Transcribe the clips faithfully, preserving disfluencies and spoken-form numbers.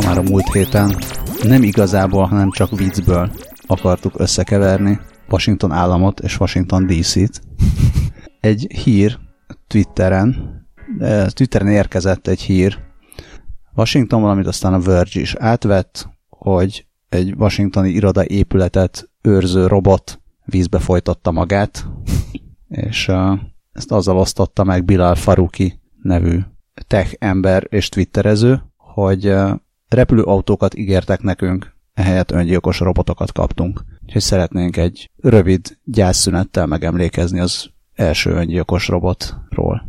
ha már a múlt héten nem igazából, hanem csak viccből akartuk összekeverni Washington államot és Washington dé cét. Egy hír Twitteren, Twitteren érkezett egy hír Washingtonban, amit aztán a Verge is átvett, hogy egy washingtoni irodaépületet őrző robot vízbe folytatta magát, és uh, ezt azzal osztotta meg Bilal Faruqi nevű tech ember és twitterező, hogy uh, repülőautókat ígértek nekünk, ehelyett öngyilkos robotokat kaptunk. Úgyhogy szeretnénk egy rövid gyászszünettel megemlékezni az első öngyilkos robotról.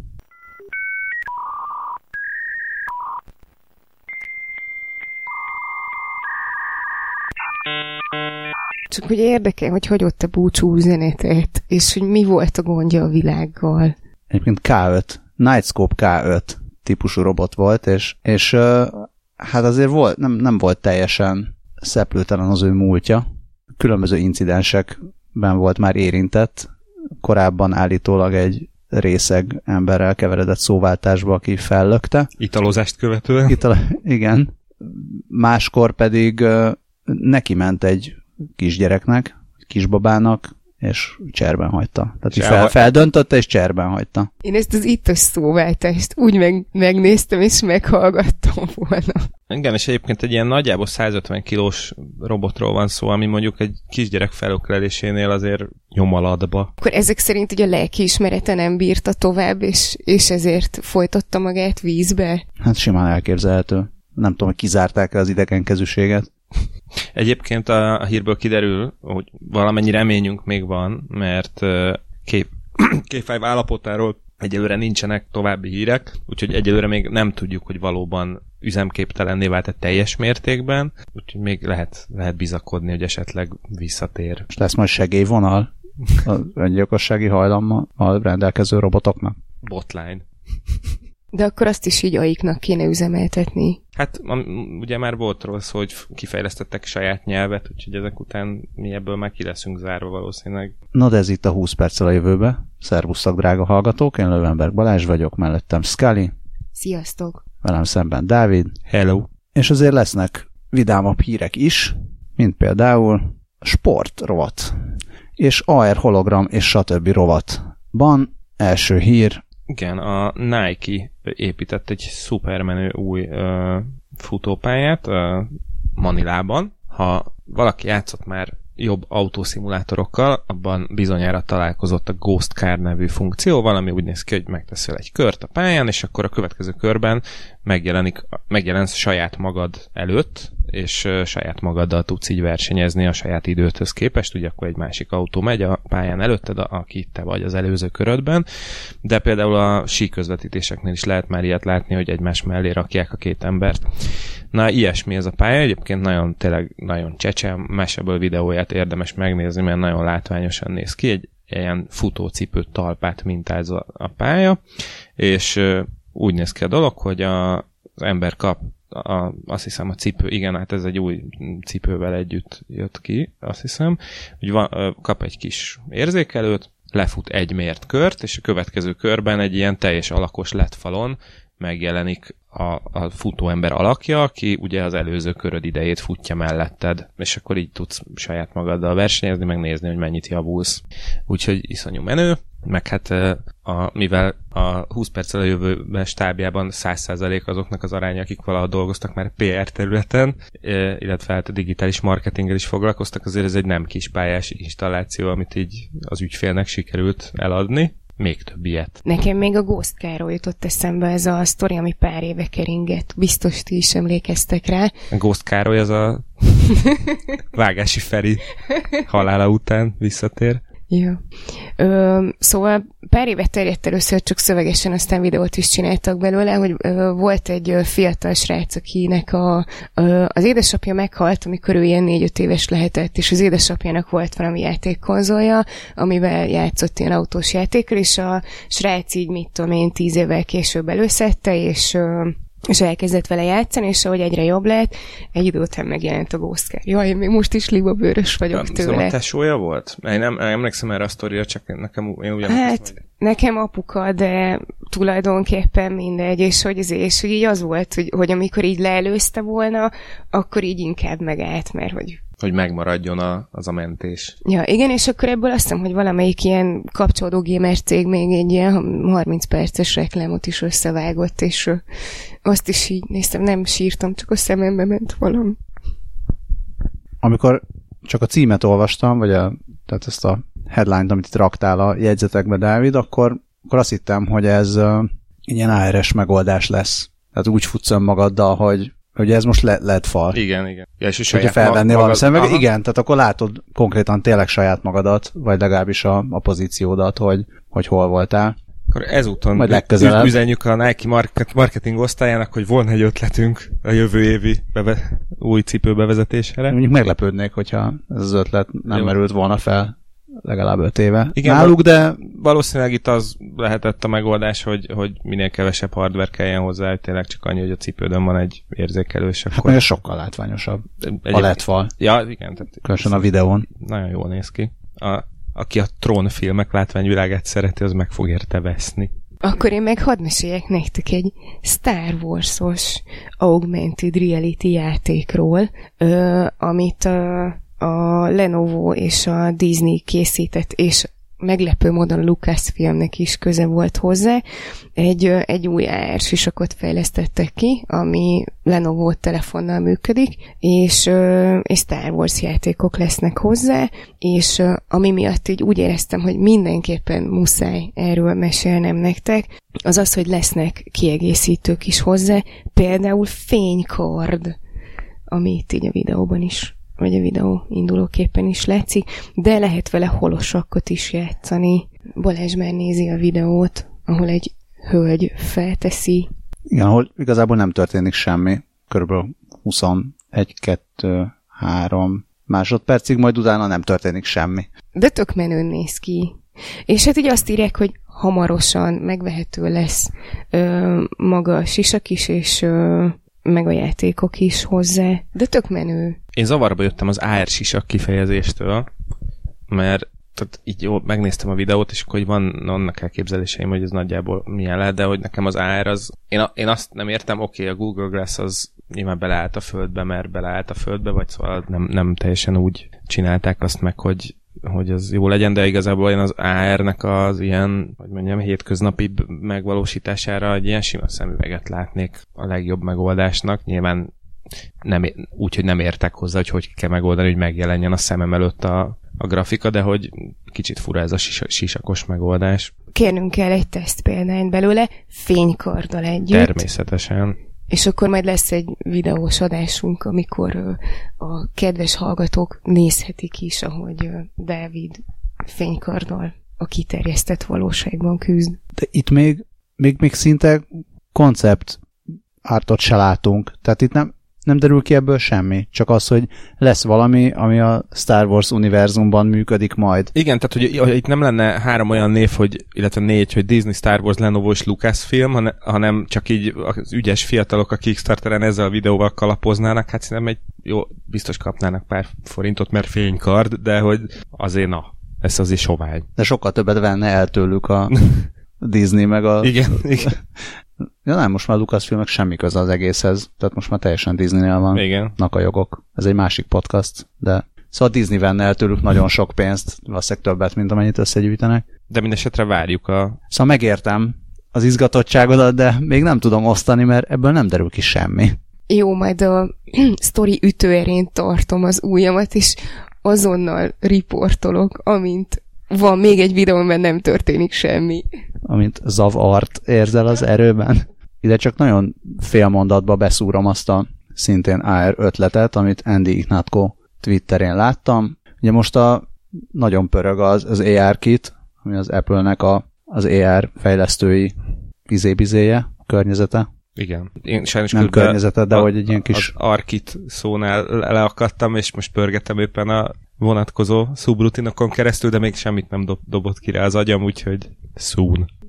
Csak hogy érdekel, hogy hagyott a búcsú üzenetet, és hogy mi volt a gondja a világgal. Egyébként ká öt, Nightscope ká öt típusú robot volt, és, és uh, hát azért volt, nem, nem volt teljesen szeplőtelen az ő múltja. Különböző incidensekben volt már érintett. Korábban állítólag egy részeg emberrel keveredett szóváltásba, aki fellökte. Italozást követően? Ital- igen. Máskor pedig uh, neki ment egy kisgyereknek, kisbabának, és cserben hagyta. Tehát fel, feldöntötte, és cserben hagyta. Én ezt az ittos szóváltást úgy meg, megnéztem, és meghallgattam volna. Igen, és egyébként egy ilyen nagyjából százötven kilós robotról van szó, ami mondjuk egy kisgyerek felöklelésénél azért nyomalatba. Akkor ezek szerint ugye a lelkiismerete nem bírta tovább, és, és ezért folytatta magát vízbe? Hát simán elképzelhető. Nem tudom, hogy kizárták-e az idegenkezűséget. Egyébként a, a hírből kiderül, hogy valamennyi reményünk még van, mert K öt állapotáról egyelőre nincsenek további hírek, úgyhogy egyelőre még nem tudjuk, hogy valóban üzemképtelenné vált teljes mértékben, úgyhogy még lehet, lehet bizakodni, hogy esetleg visszatér. És lesz majd segélyvonal az öngyilkossági hajlammal rendelkező robotoknak? Botline. De akkor azt is így aiknak kéne üzemeltetni. Hát ugye már volt róla szó, hogy kifejlesztettek saját nyelvet, úgyhogy ezek után mi ebből már ki leszünk zárva valószínűleg. Na de ez itt a húsz perccel a jövőbe. Szervusztok, drága hallgatók, én Löwenberg Balázs vagyok, mellettem Scully. Sziasztok! Velem szemben Dávid. Hello! És azért lesznek vidámabb hírek is, mint például sport rovat, és á er hologram és stb. Rovatban első hír. Igen, a Nike épített egy szupermenő új uh, futópályát uh, Manilában. Ha valaki játszott már jobb autószimulátorokkal, abban bizonyára találkozott a Ghost Car nevű funkcióval, ami úgy néz ki, hogy megteszel egy kört a pályán, és akkor a következő körben megjelenik, megjelensz saját magad előtt, és uh, saját magaddal tudsz így versenyezni a saját időthöz képest, ugye akkor egy másik autó megy a pályán előtted, a, aki te vagy az előző körödben, de például a síközvetítéseknél is lehet már ilyet látni, hogy egymás mellé rakják a két embert. Na, ilyesmi ez a pálya, egyébként nagyon, tényleg nagyon csecse, meseből videóját érdemes megnézni, mert nagyon látványosan néz ki, egy ilyen futócipő talpát mintázza a pálya, és uh, úgy néz ki a dolog, hogy a, az ember kap A, azt hiszem a cipő, igen, hát ez egy új cipővel együtt jött ki, azt hiszem, hogy van, kap egy kis érzékelőt, lefut egy mért kört, és a következő körben egy ilyen teljes alakos led falon megjelenik a, a futóember alakja, aki ugye az előző köröd idejét futja melletted, és akkor így tudsz saját magaddal versenyezni, megnézni, hogy mennyit javulsz. Úgyhogy iszonyú menő, meg hát a, mivel a húsz perccel a jövőben stábjában száz százalék azoknak az aránya, akik valaha dolgoztak már pé er területen, illetve hát a digitális marketinggel is foglalkoztak, azért ez egy nem kis pályás installáció, amit így az ügyfélnek sikerült eladni. Még több ilyet. Nekem még a Ghost Car-ról jutott eszembe ez a sztori, ami pár éve keringett. Biztos ti is emlékeztek rá. A Ghost Car-ról ez a Vágási Feri halála után visszatér. Jó. Ö, szóval pár évet terjedt először csak szövegesen, aztán videót is csináltak belőle, hogy ö, volt egy ö, fiatal srác, akinek a, ö, az édesapja meghalt, amikor ő ilyen négy-öt éves lehetett, és az édesapjának volt valami játékkonzolja, amivel játszott ilyen autós játékkal, és a srác így, mit tudom én, tíz évvel később előszedte, és ö, és elkezdett vele játszani, és ahogy egyre jobb lett, egy idő után megjelent a Ghost Car. Jaj, én még most is libabőrös vagyok nem, tőle. Nem a tesója volt? Én nem emlékszem erre a sztoria, csak nekem én ugyan... Hát, nekem apuka, de tulajdonképpen mindegy, és hogy, az, és hogy így az volt, hogy, hogy amikor így leelőzte volna, akkor így inkább megállt, mert hogy hogy megmaradjon a, az a mentés. Ja, igen, és akkor ebből azt hiszem, hogy valamelyik ilyen kapcsolódó gamer cég még egy ilyen harminc perces reklámot is összevágott, és azt is így néztem, nem sírtam, csak a szemembe ment valami. Amikor csak a címet olvastam, vagy a, tehát ezt a headline-t, amit itt raktál a jegyzetekbe, Dávid, akkor, akkor azt hittem, hogy ez uh, ilyen á er es megoldás lesz. Tehát úgy futsz önmagaddal, hogy ugye ez most le, led fal. Igen, igen. Ja, és hogyha felvennél valami szemüveg, igen, tehát akkor látod konkrétan tényleg saját magadat, vagy legalábbis a, a pozíciódat, hogy, hogy hol voltál. Akkor ezúton majd legközelebb üzenjük a Nike market, marketing osztályának, hogy volna egy ötletünk a jövő évi beve, új cipő bevezetésére. Mondjuk meglepődnék, hogyha ez az ötlet nem Jó. merült volna fel legalább öt éve igen, náluk, de... Valószínűleg itt az lehetett a megoldás, hogy, hogy minél kevesebb hardware kelljen hozzá, hogy tényleg csak annyi, hogy a cipődön van egy érzékelős. Hát akkor... meg ez sokkal látványosabb. Egy... A led fal. Ja, igen. Tehát különösen a videón. Nagyon jól néz ki. A, aki a Tron filmek látványvilágát szereti, az meg fog érte veszni. Akkor én meg hadd meséljek nektek egy Star Wars-os augmented reality játékról, ö, amit a, a Lenovo és a Disney készített, és meglepő módon a Lucasfilmnek is köze volt hozzá. Egy, egy új á er sisakot fejlesztettek ki, ami Lenovo telefonnal működik, és, és Star Wars játékok lesznek hozzá, és ami miatt így úgy éreztem, hogy mindenképpen muszáj erről mesélnem nektek, az az, hogy lesznek kiegészítők is hozzá, például fénykard, ami itt így a videóban is vagy a videó indulóképpen is látszik, de lehet vele holosakkot is játszani. Balázs már nézi a videót, ahol egy hölgy felteszi. Igen, ahol igazából nem történik semmi. Körülbelül huszonegy, kettő, három másodpercig, majd utána nem történik semmi. De tök menőn néz ki. És hát így azt írják, hogy hamarosan megvehető lesz ö, maga a sisak is, és ö, meg a játékok is hozzá, de tök menő. Én zavarba jöttem az á er sisak kifejezéstől, mert tehát így jó, megnéztem a videót, és akkor van annak elképzeléseim, hogy ez nagyjából milyen lehet, de hogy nekem az á er az... Én, a, én azt nem értem, oké, okay, a Google Glass az nyilván beleállt a földbe, mert beleállt a földbe, vagy szóval nem, nem teljesen úgy csinálták azt meg, hogy hogy az jó legyen, de igazából én az á er-nek az ilyen, hogy mondjam, hétköznapi megvalósítására egy ilyen sima szemüveget látnék a legjobb megoldásnak. Nyilván nem, úgy, hogy nem értek hozzá, hogy hogy kell megoldani, hogy megjelenjen a szemem előtt a, a grafika, de hogy kicsit fura ez a sis- sisakos megoldás. Kérnünk kell egy teszt példányt belőle, fénykarddal együtt. Természetesen. És akkor majd lesz egy videós adásunk, amikor uh, a kedves hallgatók nézhetik is, ahogy uh, Dávid fénykarddal a kiterjesztett valóságban küzd. De itt még, még, még szinte koncept ártot se látunk. Tehát itt nem, nem derül ki ebből semmi. Csak az, hogy lesz valami, ami a Star Wars univerzumban működik majd. Igen, tehát hogy, hogy itt nem lenne három olyan név, hogy, illetve négy, hogy Disney, Star Wars, Lenovo és Lucasfilm, hanem csak így az ügyes fiatalok a Kickstarteren ezzel a videóval kalapoznának, hát szerintem egy jó, biztos kapnának pár forintot, mert fénykard, de hogy azért na, ez azért sovány. De sokkal többet venne el tőlük a Disney meg a... Igen, igen. Ja nem, most már Lucasfilmnek semmi köze az egészhez, tehát most már teljesen Disneynél vannak a jogok. Ez egy másik podcast, de szóval Disney venne el tőlük nagyon sok pénzt, valószínűleg többet, mint amennyit összegyűjtenek. De mindesetre várjuk a... Szóval megértem az izgatottságodat, de még nem tudom osztani, mert ebből nem derül ki semmi. Jó, majd a sztori ütőerén tartom az ujjamat, és azonnal riportolok, amint van még egy videó, amiben nem történik semmi. Amint zavart érzel az erőben. Ide csak nagyon fél mondatba beszúrom azt a szintén á er ötletet, amit Andy Ignatko Twitterén láttam. Ugye most a nagyon pörög az, az á er kit, ami az Apple-nek a, az á er fejlesztői izébizéje, környezete. Igen. Én sajnos nem környezete, de a, hogy egy ilyen kis... Az ARKit szónál leakadtam, és most pörgetem éppen a vonatkozó subrutinokon keresztül, de még semmit nem dob, dobott ki rá az agyam, úgyhogy soon.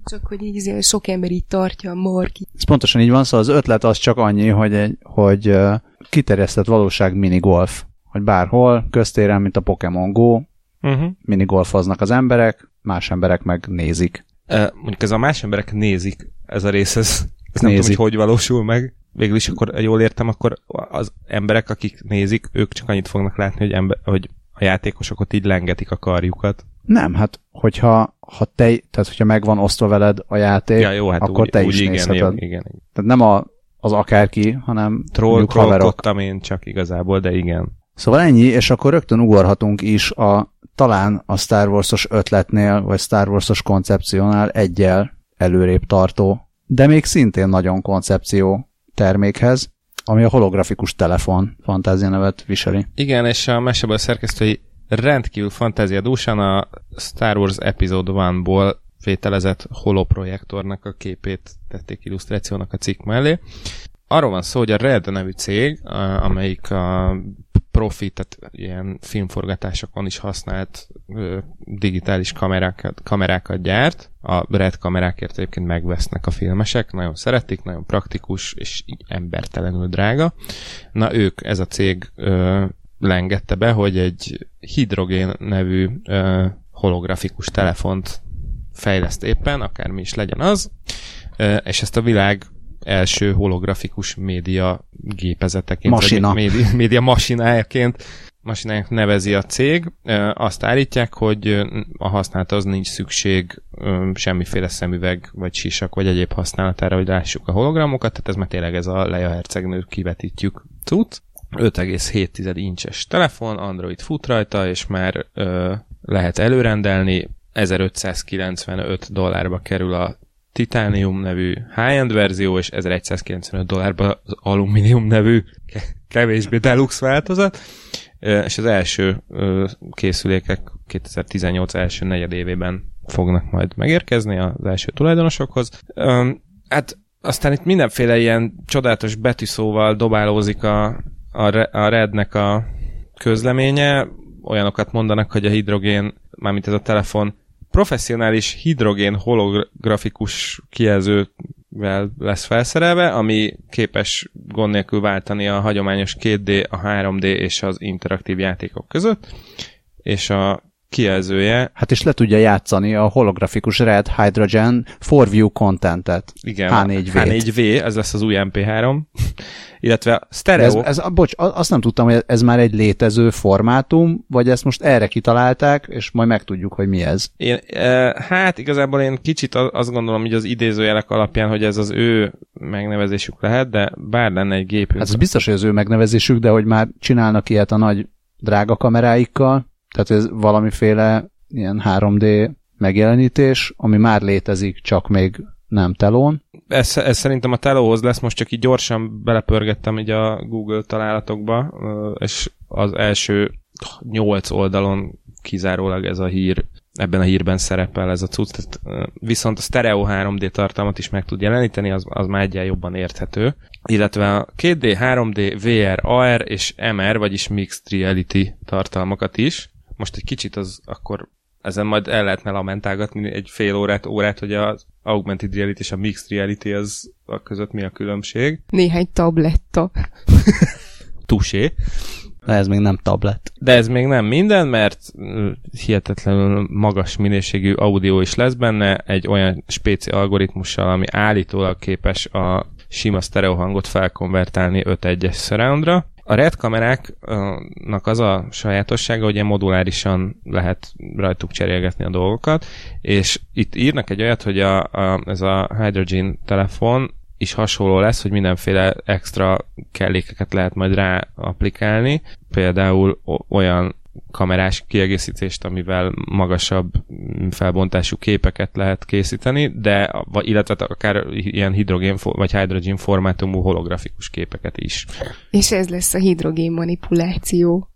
Csak hogy így sok ember így tartja a marki. Ez pontosan így van, szóval az ötlet az csak annyi, hogy, egy, hogy uh, kiterjesztett valóság minigolf. Hogy bárhol, köztéren, mint a Pokémon Go, uh-huh. minigolfoznak az emberek, más emberek meg nézik. Uh, mondjuk ez a más emberek nézik, ez a rész, ez, ez nem tudom, hogy hogy valósul meg. Végül is, akkor jól értem, akkor az emberek, akik nézik, ők csak annyit fognak látni, hogy, ember, hogy a játékosok ott így lengetik a karjukat. Nem, hát hogyha ha te, tehát hogyha megvan osztva veled a játék, ja, jó, hát akkor úgy, te is úgy, nézheted. Igen, igen, igen. Tehát nem a, az akárki, hanem Troll, trollkodtam én csak igazából, de igen. Szóval ennyi, és akkor rögtön ugorhatunk is a talán a Star Wars-os ötletnél, vagy Star Wars-os koncepciónál egyel előrébb tartó, de még szintén nagyon koncepció termékhez, ami a holografikus telefon fantázia nevet viseli. Igen, és a meseből szerkesztői rendkívül fantáziadúsan a Star Wars Episode egy-ból vételezett holoprojektornak a képét tették illusztrációnak a cikk mellé. Arról van szó, hogy a Red nevű cég, amelyik a profi, tehát ilyen filmforgatásokon is használt digitális kamerákat, kamerákat gyárt. A Red kamerákért egyébként megvesznek a filmesek, nagyon szeretik, nagyon praktikus, és így embertelenül drága. Na ők, ez a cég ö, lengette be, hogy egy hidrogén nevű ö, holografikus telefont fejleszt éppen, akármi is legyen az, ö, és ezt a világ első holografikus média gépezeteként, Masina. vagy média, média masinájaként masináják nevezi a cég. Azt állítják, hogy a használat az nincs szükség semmiféle szemüveg, vagy sisak, vagy egyéb használatára, hogy lássuk a hologramokat, tehát ez már tényleg ez a Leia hercegnő kivetítjük cucc. öt egész hét incses telefon, Android fut rajta, és már ö, lehet előrendelni. ezerötszázkilencvenöt dollárba kerül a Titanium nevű high-end verzió, és ezeregyszázkilencvenöt dollárba az Aluminium nevű kevésbé deluxe változat, és az első készülékek kétezer-tizennyolc első negyedévében fognak majd megérkezni az első tulajdonosokhoz. Hát aztán itt mindenféle ilyen csodálatos betűszóval dobálózik a, a Rednek a közleménye, olyanokat mondanak, hogy a hidrogén, mármint ez a telefon, professzionális hidrogén holografikus kijelzővel lesz felszerelve, ami képes gond nélkül váltani a hagyományos két dé, a három dé és az interaktív játékok között, és a kijelzője... Hát és le tudja játszani a holografikus Red Hydrogen for View contentet. Igen, há négy vé. há négy vé, ez lesz az új em pé három, illetve stereo... Ez, ez, bocs, azt nem tudtam, hogy ez már egy létező formátum, vagy ezt most erre kitalálták, és majd megtudjuk, hogy mi ez. Én, e, hát igazából én kicsit azt gondolom, hogy az idézőjelek alapján, hogy ez az ő megnevezésük lehet, de bár lenne egy gépünk... Hát ez biztos, hogy az ő megnevezésük, de hogy már csinálnak ilyet a nagy drága kameráikkal, tehát ez valamiféle ilyen három dé megjelenítés, ami már létezik, csak még nem telón. Ez, ez szerintem a telóhoz lesz, most csak így gyorsan belepörgettem így a Google találatokba, és az első nyolc oldalon kizárólag ez a hír, ebben a hírben szerepel ez a cucc, tehát, viszont a stereo három dé tartalmat is meg tud jeleníteni, az, az már egyen jobban érthető. Illetve a két dé, három dé, vé er, á er és em er, vagyis Mixed Reality tartalmakat is. Most egy kicsit az akkor ezen majd el lehetne lamentálgatni egy fél órát, órát, hogy az Augmented Reality és a Mixed Reality az a között mi a különbség. Néhány tabletta. Tusé. De ez még nem tablet. De ez még nem minden, mert hihetetlenül magas minőségű audio is lesz benne, egy olyan spéci algoritmussal, ami állítólag képes a sima sztereó hangot felkonvertálni öt egyes surroundra. A Red kameráknak az a sajátossága, hogy ilyen modulárisan lehet rajtuk cserélgetni a dolgokat, és itt írnak egy olyat, hogy a, a, ez a Hydrogen telefon is hasonló lesz, hogy mindenféle extra kellékeket lehet majd rá applikálni, például olyan kamerás kiegészítést, amivel magasabb felbontású képeket lehet készíteni, de illetve akár ilyen hidrogén vagy hydrogen formátumú holografikus képeket is. És ez lesz a hidrogén manipuláció.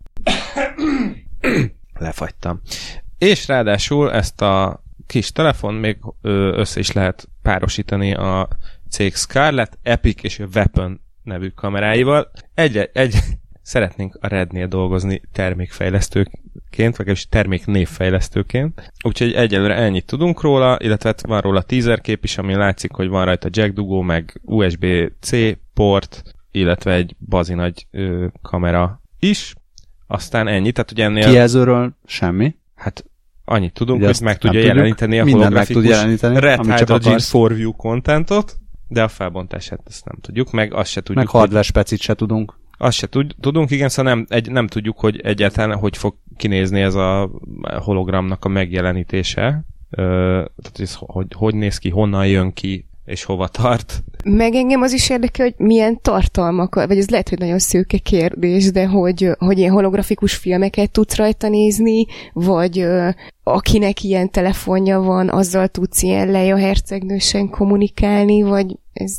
Lefagytam. És ráadásul ezt a kis telefon még össze is lehet párosítani a cég Scarlett, Epic és a Weapon nevű kameráival. Egyre, egy, szeretnénk a Rednél dolgozni termékfejlesztőként, vagy is terméknévfejlesztőként. Úgyhogy egyelőre ennyit tudunk róla, illetve van róla teaser kép is, ami látszik, hogy van rajta jack dugó, meg u es bé-C port, illetve egy bazi nagy ö, kamera is. Aztán ennyi, tehát ugye ennél... Kijelzőről semmi. Hát annyit tudunk, ugye hogy meg tudja jeleníteni a minden meg tud jeleníteni, Red Hydrogen four view contentot, de a felbontását ezt nem tudjuk, meg azt se tudjuk. Meg hardware specit se tudunk. Azt se tud, tudunk, igen, szóval nem, egy, nem tudjuk, hogy egyáltalán hogy fog kinézni ez a hologramnak a megjelenítése. Ö, tehát ez, hogy, hogy néz ki, honnan jön ki, és hova tart. Meg engem az is érdekel, hogy milyen tartalmak, vagy ez lehet, hogy nagyon szőke kérdés, de hogy, hogy ilyen holografikus filmeket tudsz rajta nézni, vagy ö, akinek ilyen telefonja van, azzal tudsz ilyen Leia hercegnősen kommunikálni, vagy ez,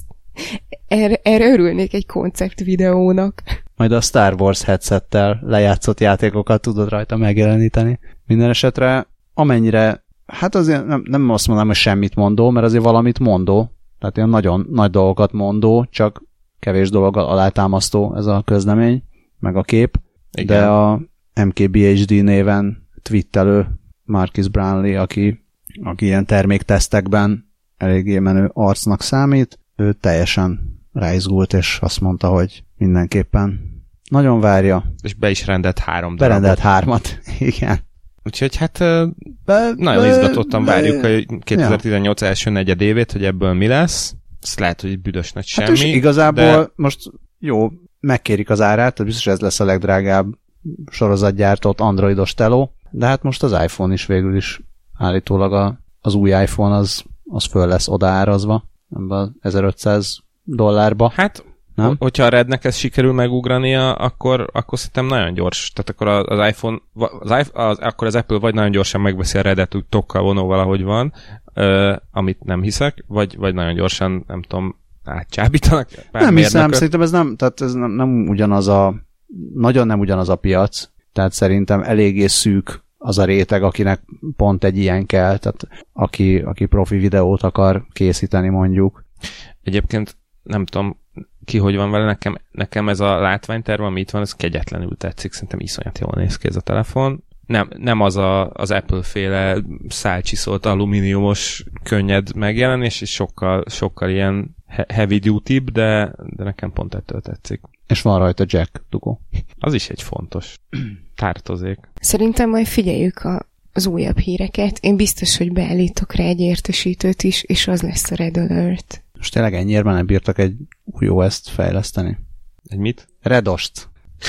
erre, erre örülnék egy koncept videónak. Majd a Star Wars headsettel lejátszott játékokat tudod rajta megjeleníteni. Minden esetre, amennyire, hát azért nem, nem azt mondom, hogy semmit mondó, mert azért valamit mondó, tehát ilyen nagyon nagy dolgokat mondó, csak kevés dologgal alátámasztó ez a közlemény, meg a kép. Igen. De a em ká bé há dé néven twittelő Marcus Brownlee, aki, aki ilyen terméktesztekben eléggé menő arcnak számít, ő teljesen ráizgult, és azt mondta, hogy mindenképpen nagyon várja. És be is rendelt három darabot. Berendelt hármat, igen. Úgyhogy hát be, nagyon be, izgatottan be, várjuk a kétezer-tizennyolc ja. első negyedévét, hogy ebből mi lesz. Ez lehet, hogy büdös nagy semmi. Hát igazából de... most jó, megkérik az árát, tehát biztos ez lesz a legdrágább sorozatgyártott androidos teló, de hát most az iPhone is végül is állítólag a, az új iPhone az, az föl lesz odaárazva, ebben ezerötszáz dollárba. Hát, nem? Hogyha a Rednek ez sikerül megugrania, akkor, akkor szerintem nagyon gyors. Tehát akkor az iPhone, az, iPhone az, akkor az Apple vagy nagyon gyorsan megveszi a Redet, úgy tokkal vonóval, ahogy van, uh, amit nem hiszek, vagy, vagy nagyon gyorsan, nem tudom, átcsábítanak. Nem hiszem, szerintem ez nem, tehát ez nem, nem ugyanaz a, nagyon nem ugyanaz a piac, tehát szerintem eléggé szűk az a réteg, akinek pont egy ilyen kell, tehát aki, aki profi videót akar készíteni mondjuk. Egyébként nem tudom, ki hogy van vele, nekem, nekem ez a látványterv, ami itt van, ez kegyetlenül tetszik, szerintem iszonyat jól néz ki ez a telefon. Nem, nem az a, az Apple-féle szálcsiszolt alumíniumos könnyed megjelenés, és sokkal, sokkal ilyen heavy duty-b, de, de nekem pont ettől tetszik. És van rajta jack dugó. Az is egy fontos tártozék. Szerintem majd figyeljük a, az újabb híreket. Én biztos, hogy beállítok rá egy értesítőt is, és az lesz a Red Alert. Most tényleg ennyiért már nem bírtak egy új ó es-t fejleszteni. Egy mit? Redost.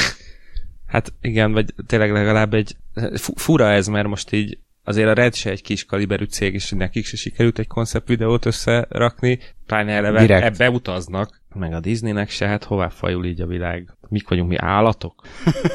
Hát igen, vagy tényleg legalább egy fura ez, mert most így azért a Red se egy kis kaliberű cég, és nekik se sikerült egy koncept videót összerakni, pláne eleve Direkt. ebbe utaznak, meg a Disneynek se, hát hová fajul így a világ? Mik vagyunk mi, állatok?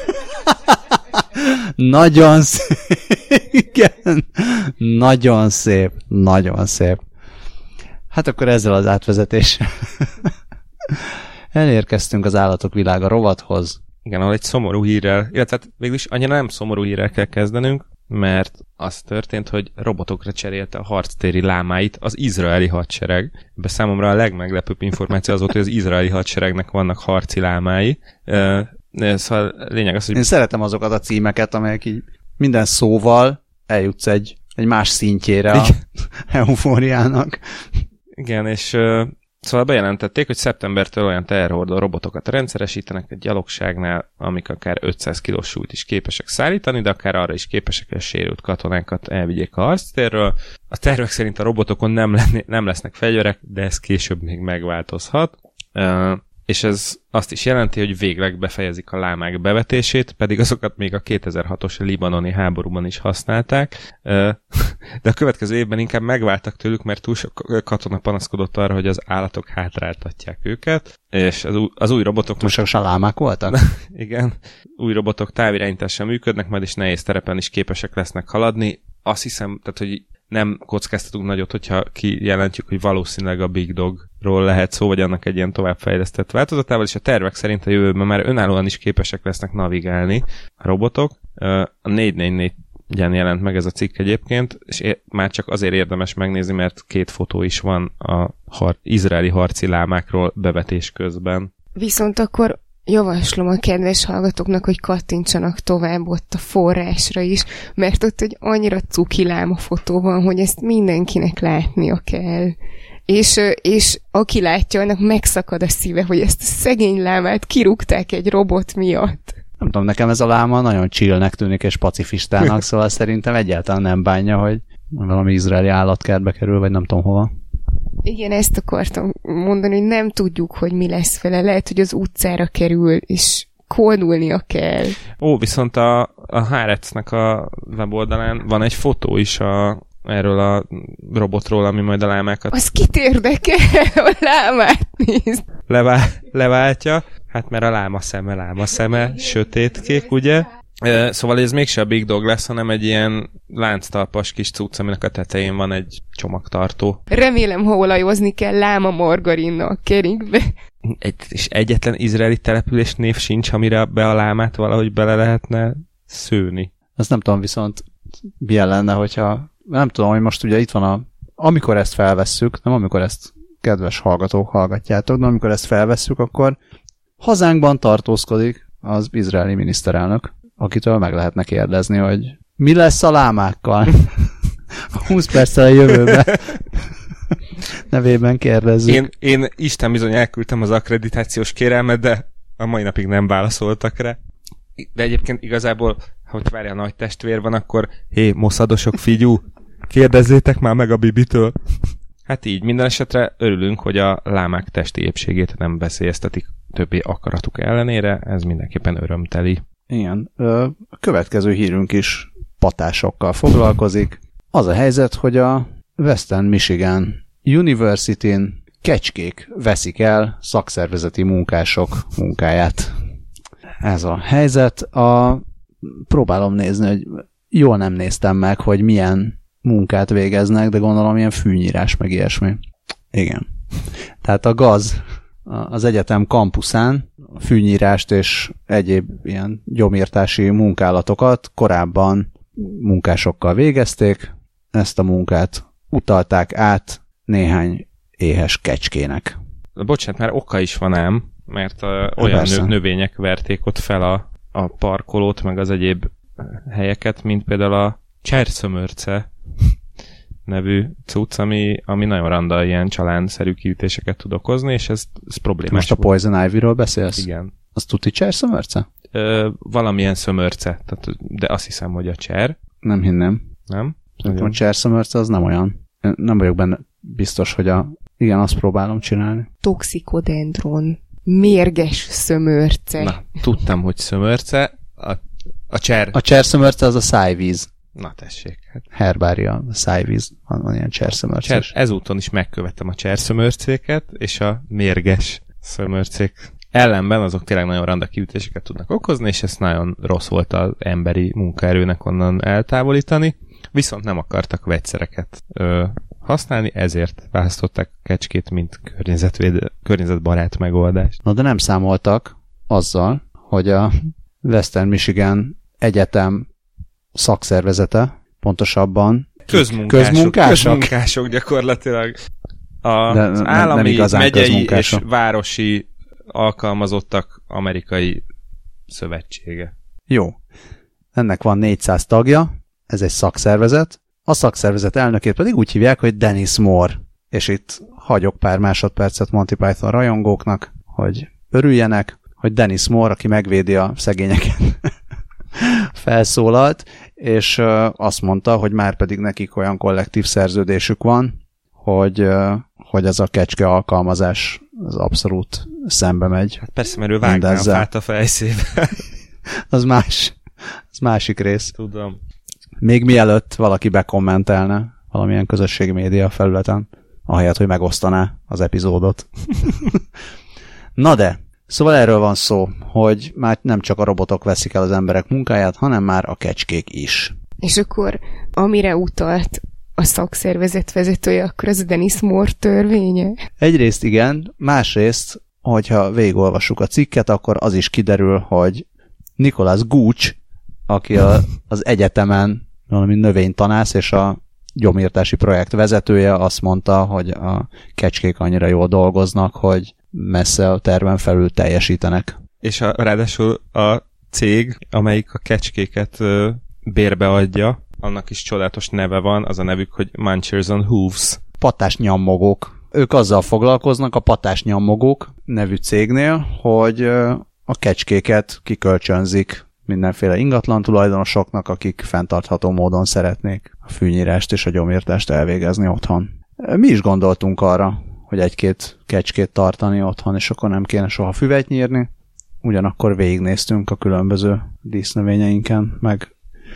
Nagyon szép. Igen. Nagyon szép. Nagyon szép. Hát akkor ezzel az átvezetéssel elérkeztünk az állatok világa rovathoz. Igen, ahol egy szomorú hírrel, illetve hát végülis annyira nem szomorú hírrel kell kezdenünk, mert az történt, hogy robotokra cserélte a harctéri lámáit az izraeli hadsereg. Ebben számomra a legmeglepőbb információ az volt, hogy az izraeli hadseregnek vannak harci lámái. Szóval lényeg az, hogy... Én szeretem azokat a címeket, amelyek így minden szóval eljutsz egy, egy más szintjére a eufóriának. Igen, és uh, szóval bejelentették, hogy szeptembertől olyan teherhordó robotokat rendszeresítenek egy gyalogságnál, amik akár ötszáz kilós súlyt is képesek szállítani, de akár arra is képesek, hogy a sérült katonákat elvigyék a harctérről. A tervek szerint a robotokon nem, lenni, nem lesznek fegyverek, de ez később még megváltozhat. Uh, és ez azt is jelenti, hogy végleg befejezik a lámák bevetését, pedig azokat még a kétezer-hatos libanoni háborúban is használták, de a következő évben inkább megváltak tőlük, mert túl sok katona panaszkodott arra, hogy az állatok hátráltatják őket, és az új, az új robotok... Túlságosan lámák voltak? Igen, új robotok távirányítással működnek, majd is nehéz terepen is képesek lesznek haladni. Azt hiszem, tehát, hogy nem kockáztatunk nagyot, hogyha kijelentjük, hogy valószínűleg a Big Dogról lehet szó, vagy annak egy ilyen továbbfejlesztett változatával, és a tervek szerint a jövőben már önállóan is képesek lesznek navigálni a robotok. A négy négy négyen jelent meg ez a cikk egyébként, és már csak azért érdemes megnézni, mert két fotó is van a har- izraeli harci lámákról bevetés közben. Viszont akkor javaslom a kedves hallgatóknak, hogy kattintsanak tovább ott a forrásra is, mert ott egy annyira cuki láma fotó van, hogy ezt mindenkinek látnia kell. És, és aki látja, annak megszakad a szíve, hogy ezt a szegény lámát kirúgták egy robot miatt. Nem tudom, nekem ez a láma nagyon chillnek tűnik és pacifistának, szóval szerintem egyáltalán nem bánja, hogy valami izraeli állatkertbe kerül, vagy nem tudom hova. Igen, ezt akartam mondani, hogy nem tudjuk, hogy mi lesz vele. Lehet, hogy az utcára kerül, és koldulnia kell. Ó, viszont a, a Haaretznek a weboldalán van egy fotó is a, erről a robotról, ami majd a lámákat... Az kit érdekel? A lámát nézd! Levá- leváltja. Hát mert a láma szeme, láma szeme, sötétkék, ugye? Szóval ez mégse a Big Dog lesz, hanem egy ilyen lánctalpas kis cucc, aminek a tetején van egy csomagtartó. Remélem, ha olajozni kell, láma margarinnal a keringbe. Egy, és egyetlen izraeli település név sincs, amire be a lámát valahogy bele lehetne szőni. Ezt nem tudom, viszont milyen lenne, hogyha nem tudom, hogy most ugye itt van a... Amikor ezt felvesszük, nem amikor ezt kedves hallgatók hallgatjátok, de amikor ezt felvesszük, akkor hazánkban tartózkodik az izraeli miniszterelnök, akitől meg lehetne kérdezni, hogy mi lesz a lámákkal? húsz perccel a jövőbe nevében kérdezzük. Én, én Isten bizony elküldtem az akkreditációs kérelmet, de a mai napig nem válaszoltak rá. De egyébként igazából, ha ott várja a nagy testvér van, akkor hé, moszadosok, figyú, kérdezzétek már meg a Bibitől. Hát így, minden esetre örülünk, hogy a lámák testi épségét nem veszélyeztetik többé akaratuk ellenére, ez mindenképpen örömteli. Igen. A következő hírünk is patásokkal foglalkozik. Az a helyzet, hogy a Western Michigan University-n kecskék veszik el szakszervezeti munkások munkáját. Ez a helyzet. A... Próbálom nézni, hogy jól nem néztem meg, hogy milyen munkát végeznek, de gondolom ilyen fűnyírás meg ilyesmi. Igen. Tehát a gaz az egyetem kampuszán fűnyírást és egyéb ilyen gyomírtási munkálatokat korábban munkásokkal végezték, ezt a munkát utalták át néhány éhes kecskének. Bocsánat, már oka is van ám, mert uh, olyan nö- növények verték ott fel a, a parkolót, meg az egyéb helyeket, mint például a cserszömörce nevű cucc, ami, ami nagyon randa ilyen csalánszerű kiütéseket tud okozni, és ez, ez problémás. Most a Poison Ivy-ről beszélsz? Igen. Az tuti cserszömörce? Ö, valamilyen szömörce, tehát, de azt hiszem, hogy a cser. Nem hinném. Nem? Szerintem a cserszömörce az nem olyan. Nem vagyok benne biztos, hogy a... Igen, azt próbálom csinálni. Toxikodendron. Mérges szömörce. Na, tudtam, hogy szömörce. A, a cser... A cserszömörce az a szájvíz. Na tessék. Hát. Herbária, a szájvíz, van, van ilyen cserszömörce. Cser, ezúton is megkövettem a cserszömörcéket, és a mérges szömörcék ellenben azok tényleg nagyon randa kiütéseket tudnak okozni, és ezt nagyon rossz volt az emberi munkaerőnek onnan eltávolítani. Viszont nem akartak vegyszereket ö, használni, ezért választották a kecskét, mint környezetvéd, környezetbarát megoldást. Na de nem számoltak azzal, hogy a Western Michigan Egyetem szakszervezete, pontosabban közmunkások, közmunkások, közmunkások gyakorlatilag. A, de az nem, állami, nem megyei és városi alkalmazottak amerikai szövetsége. Jó. Ennek van négyszáz tagja, ez egy szakszervezet. A szakszervezet elnökét pedig úgy hívják, hogy Dennis Moore. És itt hagyok pár másodpercet Monty Python rajongóknak, hogy örüljenek, hogy Dennis Moore, aki megvédi a szegényeket, felszólalt, és azt mondta, hogy már pedig nekik olyan kollektív szerződésük van, hogy, hogy ez a kecske alkalmazás az abszolút szembe megy. Hát persze, mert ő vágná a fát a fejszébe. Az más. Az másik rész. Tudom. Még mielőtt valaki bekommentelne valamilyen közösségi média felületen, ahelyett, hogy megosztaná az epizódot. Na de, szóval erről van szó, hogy már nem csak a robotok veszik el az emberek munkáját, hanem már a kecskék is. És akkor, amire utalt a szakszervezet vezetője, akkor az a Dennis Moore törvénye? Egyrészt igen, másrészt, hogyha végigolvassuk a cikket, akkor az is kiderül, hogy Nicholas Gooch, aki a, az egyetemen valami növénytanász és a gyomírtási projekt vezetője, azt mondta, hogy a kecskék annyira jól dolgoznak, hogy messze a terven felül teljesítenek. és a, ráadásul a cég, amelyik a kecskéket ö, bérbe adja, annak is csodálatos neve van, az a nevük, hogy Munchers on Hooves. Patás nyammogók. Ők azzal foglalkoznak, a Patás nyammogók nevű cégnél, hogy a kecskéket kikölcsönzik mindenféle ingatlan tulajdonosoknak, akik fenntartható módon szeretnék a fűnyírást és a gyomírtást elvégezni otthon. Mi is gondoltunk arra, hogy egy-két kecskét tartani otthon, és akkor nem kéne soha füvet nyírni. Ugyanakkor végignéztünk a különböző dísznövényeinken, meg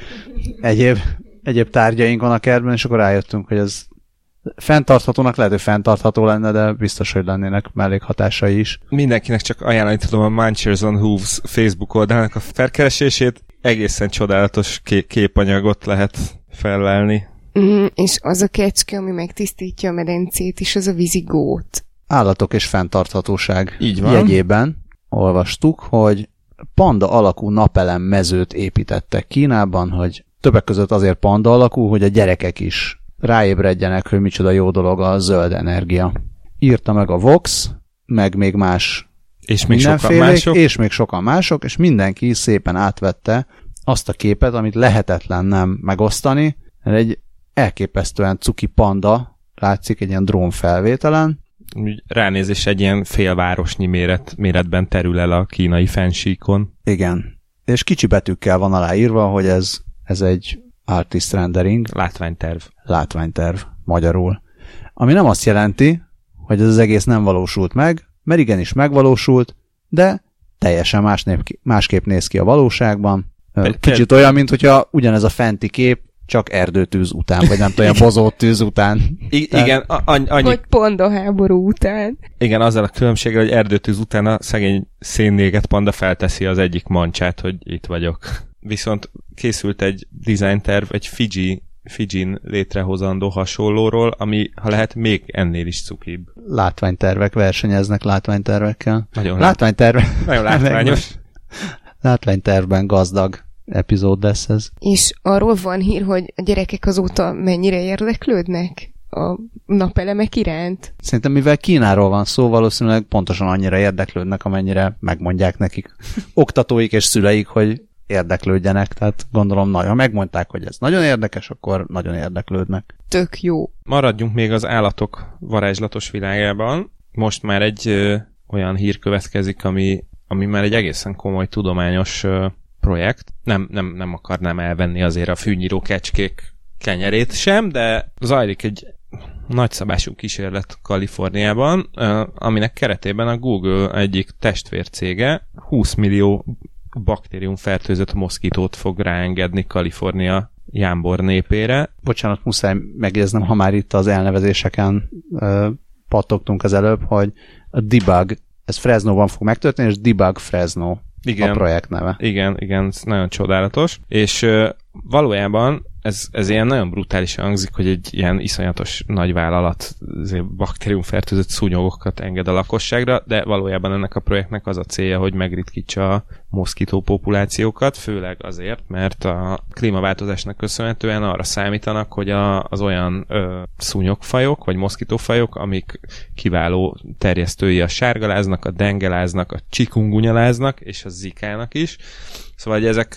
egyéb, egyéb tárgyainkon a kertben, és akkor rájöttünk, hogy ez fenntarthatónak lehet, hogy fenntartható lenne, de biztos, hogy lennének mellékhatásai is. Mindenkinek csak ajánlani tudom a Munchers on Hooves Facebook oldalnak a felkeresését. Egészen csodálatos ké- képanyagot lehet fellelni. Mm, és az a kecske, ami megtisztítja a medencét is, az a vízigót. Állatok és fenntarthatóság Így van. jegyében olvastuk, hogy panda alakú napelem mezőt építettek Kínában, hogy többek között azért panda alakú, hogy a gyerekek is ráébredjenek, hogy micsoda jó dolog a zöld energia. Írta meg a Vox, meg még más és még sokan mások. És még sokan mások, és mindenki szépen átvette azt a képet, amit lehetetlen nem megosztani, mert egy elképesztően cuki panda látszik egy ilyen drón felvételen. Ránézés egy ilyen félvárosnyi méret, méretben terül el a kínai fensíkon. Igen. És kicsi betűkkel van aláírva, hogy ez, ez egy artist rendering. Látványterv. Látványterv, magyarul. Ami nem azt jelenti, hogy ez az egész nem valósult meg, mert igenis megvalósult, de teljesen másnépp, másképp néz ki a valóságban. Kicsit olyan, mint hogyha ugyanez a fenti kép csak erdőtűz után, vagy nem tudom, bozóttűz után. I- Tehát... Igen, a- annyi... Vagy panda háború után. Igen, azzal a különbséggel, hogy erdőtűz után a szegény szénnéget panda felteszi az egyik mancsát, hogy itt vagyok. Viszont készült egy designterv, egy Fiji, Fijin létrehozandó hasonlóról, ami, ha lehet, még ennél is cukibb. Látványtervek versenyeznek látványtervekkel. Nagyon, Látványterve... Nagyon látványos. Látványtervben gazdag epizód lesz ez. És arról van hír, hogy a gyerekek azóta mennyire érdeklődnek a napelemek iránt? Szerintem mivel Kínáról van szó, valószínűleg pontosan annyira érdeklődnek, amennyire megmondják nekik oktatóik és szüleik, hogy érdeklődjenek, tehát gondolom nagyon. Ha megmondták, hogy ez nagyon érdekes, akkor nagyon érdeklődnek. Tök jó. Maradjunk még az állatok varázslatos világában. Most már egy ö, olyan hír következik, ami, ami már egy egészen komoly tudományos ö, projekt. Nem, nem, nem akarnám elvenni azért a fűnyíró kecskék kenyerét sem, de zajlik egy nagyszabású kísérlet Kaliforniában, ö, aminek keretében a Google egyik testvércége húsz millió baktériumfertőzött moszkitót fog ráengedni Kalifornia jámbor népére. Bocsánat, muszáj megjegyeznem, ha már itt az elnevezéseken ö, pattogtunk az előbb, hogy a Debug, ez Fresnóban fog megtörténni, és Debug Fresno igen, a projekt neve. Igen, igen, ez nagyon csodálatos. És ö, valójában ez, ez ilyen nagyon brutálisan hangzik, hogy egy ilyen iszonyatos nagyvállalat baktériumfertőzött szúnyogokat enged a lakosságra, de valójában ennek a projektnek az a célja, hogy megritkítsa a moszkító populációkat, főleg azért, mert a klímaváltozásnak köszönhetően arra számítanak, hogy a, az olyan ö, szúnyogfajok, vagy moszkítófajok, amik kiváló terjesztői a sárgaláznak, a dengeláznak, a csikungunyaláznak, és a zikának is. Szóval, hogy ezek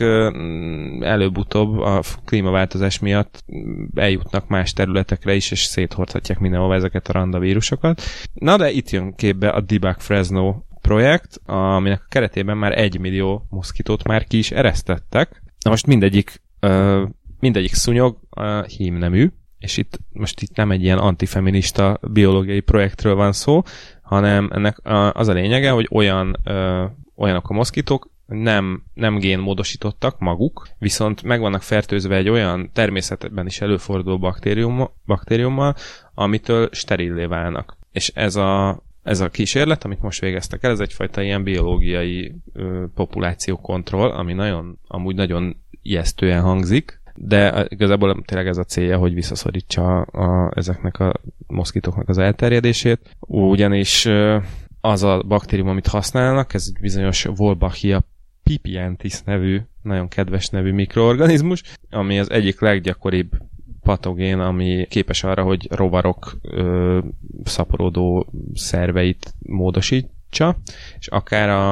előbb-utóbb a klímaváltozás miatt eljutnak más területekre is, és széthordhatják mindenhova ezeket a randavírusokat. Na, de itt jön képbe a Debug Fresno projekt, aminek a keretében már egy millió moszkitót már ki is eresztettek. Na most mindegyik, mindegyik szúnyog hímnemű, és itt most itt nem egy ilyen antifeminista biológiai projektről van szó, hanem ennek az a lényege, hogy olyan, olyanok a moszkitók, nem, nem génmódosítottak maguk, viszont meg vannak fertőzve egy olyan természetben is előforduló baktérium, baktériummal, amitől sterillé válnak. És ez a, ez a kísérlet, amit most végeztek el, ez egyfajta ilyen biológiai ö, populációkontroll, ami nagyon, amúgy nagyon ijesztően hangzik, de igazából tényleg ez a célja, hogy visszaszorítsa a, ezeknek a moszkítóknak az elterjedését. Ugyanis ö, az a baktérium, amit használnak, ez egy bizonyos Wolbachia pipientis nevű, nagyon kedves nevű mikroorganizmus, ami az egyik leggyakoribb patogén, ami képes arra, hogy rovarok ö, szaporodó szerveit módosítsa, és akár a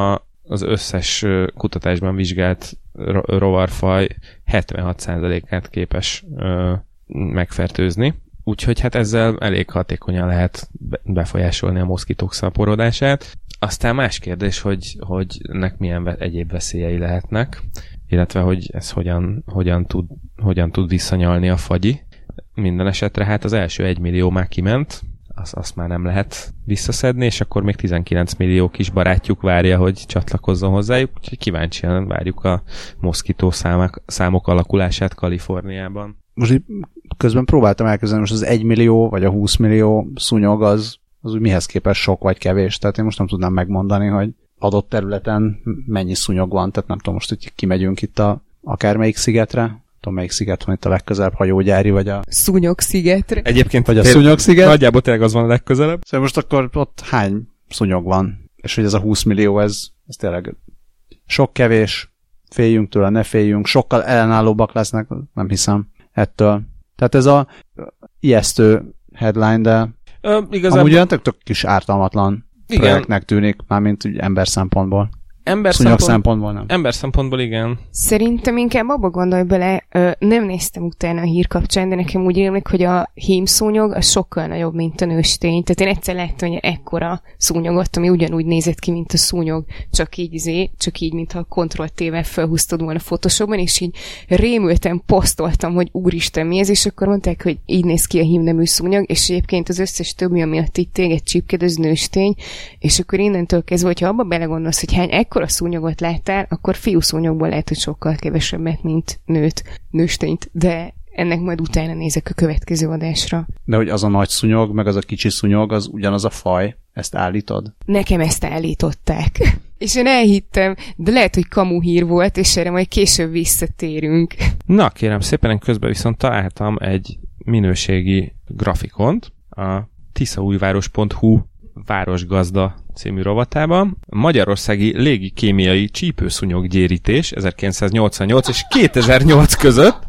az összes kutatásban vizsgált rovarfaj hetvenhat százalékát képes ö, megfertőzni. Úgyhogy hát ezzel elég hatékonyan lehet befolyásolni a moszkitók szaporodását. Aztán más kérdés, hogy, hogy ennek milyen egyéb veszélyei lehetnek, illetve hogy ez hogyan, hogyan, tud, hogyan tud visszanyalni a fagyi. Minden esetre hát az első egy millió már kiment, azt, azt már nem lehet visszaszedni, és akkor még tizenkilenc millió kis barátjuk várja, hogy csatlakozzon hozzájuk, úgyhogy kíváncsian várjuk a moszkító számok, számok alakulását Kaliforniában. Most így közben próbáltam elkezdeni, most az egy millió vagy a húsz millió szúnyog az, az úgy mihez képest sok vagy kevés, tehát én most nem tudnám megmondani, hogy adott területen mennyi szúnyog van, tehát nem tudom most, hogy kimegyünk itt a akármelyik szigetre, tudom, melyik sziget van itt a legközelebb, hajógyári, vagy a... Szúnyog-szigetre. Egyébként vagy a szúnyog-sziget. Nagyjából tényleg az van a legközelebb. Szóval most akkor ott hány szúnyog van? És hogy ez a húsz millió, ez, ez tényleg sok kevés, féljünk tőle, ne féljünk, sokkal ellenállóbbak lesznek, nem hiszem, ettől. Tehát ez a ijesztő headline, de Ö, igazából... amúgy olyan tök, tök kis ártalmatlan igen. projektnek tűnik, mármint ember szempontból. Ember szúnyog szempont... szempontból nem. Ember szempontból igen. Szerintem inkább abba gondolj bele, ö, nem néztem utána a hír kapcsán, de nekem úgy élik, hogy a hímszúnyog az sokkal nagyobb, mint a nőstény. Tehát én egyszer láttam, hogy ekkora szúnyogot, ami ugyanúgy nézett ki, mint a szúnyog, csak így, izé, csak így, mintha Ctrl-T-vel felhúztad volna Photoshopban, és így rémültem, posztoltam, hogy úristen, mi ez, és akkor mondták, hogy így néz ki a hímnemű szúnyog, és egyébként az összes többi, amiatt itt téged csípked, az nőstény, és akkor innentől kezdve, hogyha abba belegondolsz, hogy hány ekkora szúnyogot láttál, akkor fiúszúnyogból lehet, hogy sokkal kevesebbet, mint nőt, nőstényt, de ennek majd utána nézek a következő adásra. De hogy az a nagy szúnyog, meg az a kicsi szúnyog, az ugyanaz a faj, ezt állítod? Nekem ezt állították. És én elhittem, de lehet, hogy kamu hír volt, és erre majd később visszatérünk. Na, kérem szépen, én közben viszont találtam egy minőségi grafikont, a tiszaújváros pont hu Városgazda című rovatában. A magyarországi légikémiai csípőszúnyoggyérítés ezerkilencszáznyolcvannyolc és kétezer-nyolc között.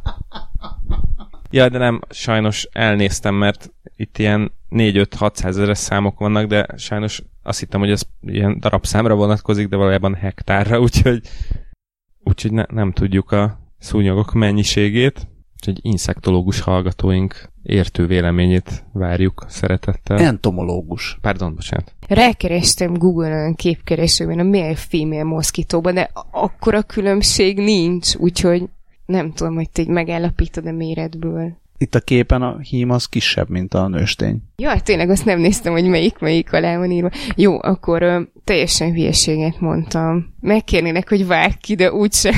Ja, de nem, sajnos elnéztem, mert itt ilyen négy-öt-hatszázeres számok vannak, de sajnos azt hittem, hogy ez ilyen darabszámra vonatkozik, de valójában hektárra, úgyhogy, úgyhogy ne, nem tudjuk a szúnyogok mennyiségét. Úgyhogy inszektológus hallgatóink értő véleményét várjuk szeretettel. Entomológus. Pardon, bocsánat. Rákerestem Google-on képkeresőben a male-female moszkitóban, de akkora különbség nincs, úgyhogy nem tudom, hogy te így megállapítod a méretből. Itt a képen a hím az kisebb, mint a nőstény. Ja, tényleg azt nem néztem, hogy melyik, melyik alá van írva. Jó, akkor ö, teljesen hülyeséget mondtam. Megkérnének, hogy vágj ki, de úgysem.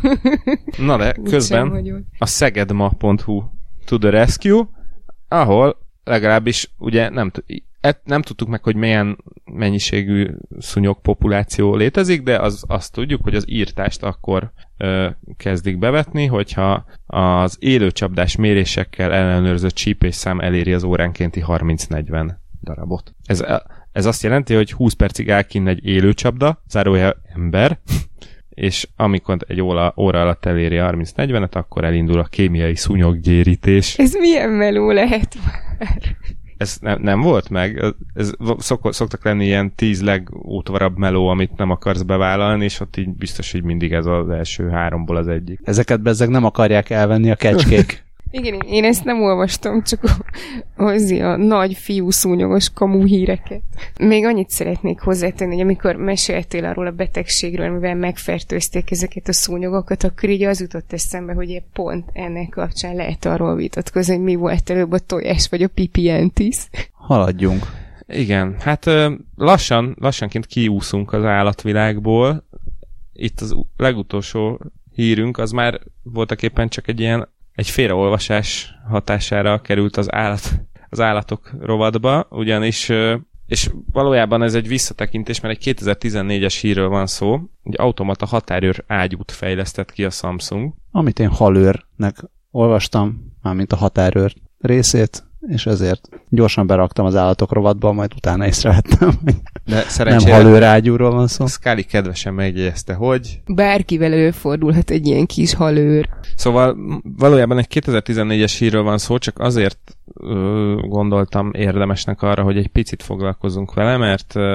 Na de, közben a szegedma pont hu to the rescue, ahol legalábbis ugye nem, nem tudtuk meg, hogy milyen mennyiségű szúnyog populáció létezik, de az, azt tudjuk, hogy az írtást akkor ö, kezdik bevetni, hogyha az élőcsapdás mérésekkel ellenőrzött csípésszám eléri az óránkénti harminc-negyven darabot. Ez, ez azt jelenti, hogy húsz percig áll kinn egy élőcsapda, zárójel ember, és amikor egy óra, óra alatt eléri harminc-negyvenet, akkor elindul a kémiai szúnyoggyérítés. Ez milyen meló lehet már? Ez ne, nem volt meg? Ez szok, szoktak lenni ilyen tíz legútvarabb meló, amit nem akarsz bevállalni, és ott így biztos, hogy mindig ez az első háromból az egyik. Ezeket bezzeg nem akarják elvenni a kecskék. Igen, én ezt nem olvastam, csak az a nagy fiú szúnyogos kamu híreket. Még annyit szeretnék hozzátenni, hogy amikor meséltél arról a betegségről, amivel megfertőzték ezeket a szúnyogokat, akkor így az jutott eszembe, hogy pont ennek kapcsán lehet arról vitatkozni, hogy mi volt előbb a tojás vagy a pipientis. Haladjunk. Igen, hát lassan, lassanként kiúszunk az állatvilágból. Itt az legutolsó hírünk, az már voltak éppen csak egy ilyen egy félreolvasás hatására került az, állat, az állatok rovatba, ugyanis, és valójában ez egy visszatekintés, mert egy kétezer-tizennégyes hírről van szó, egy automata határőr ágyút fejlesztett ki a Samsung. Amit én halőrnek olvastam, mármint a határőr részét, és ezért gyorsan beraktam az állatok rovatba, majd utána észrevettem, hogy de nem halőrágyúról van szó. Scully kedvesen megjegyezte, hogy... Bárkivel előfordulhat egy ilyen kis halőr. Szóval valójában egy kétezer-tizennégyes hírről van szó, csak azért ö, gondoltam érdemesnek arra, hogy egy picit foglalkozunk vele, mert ö,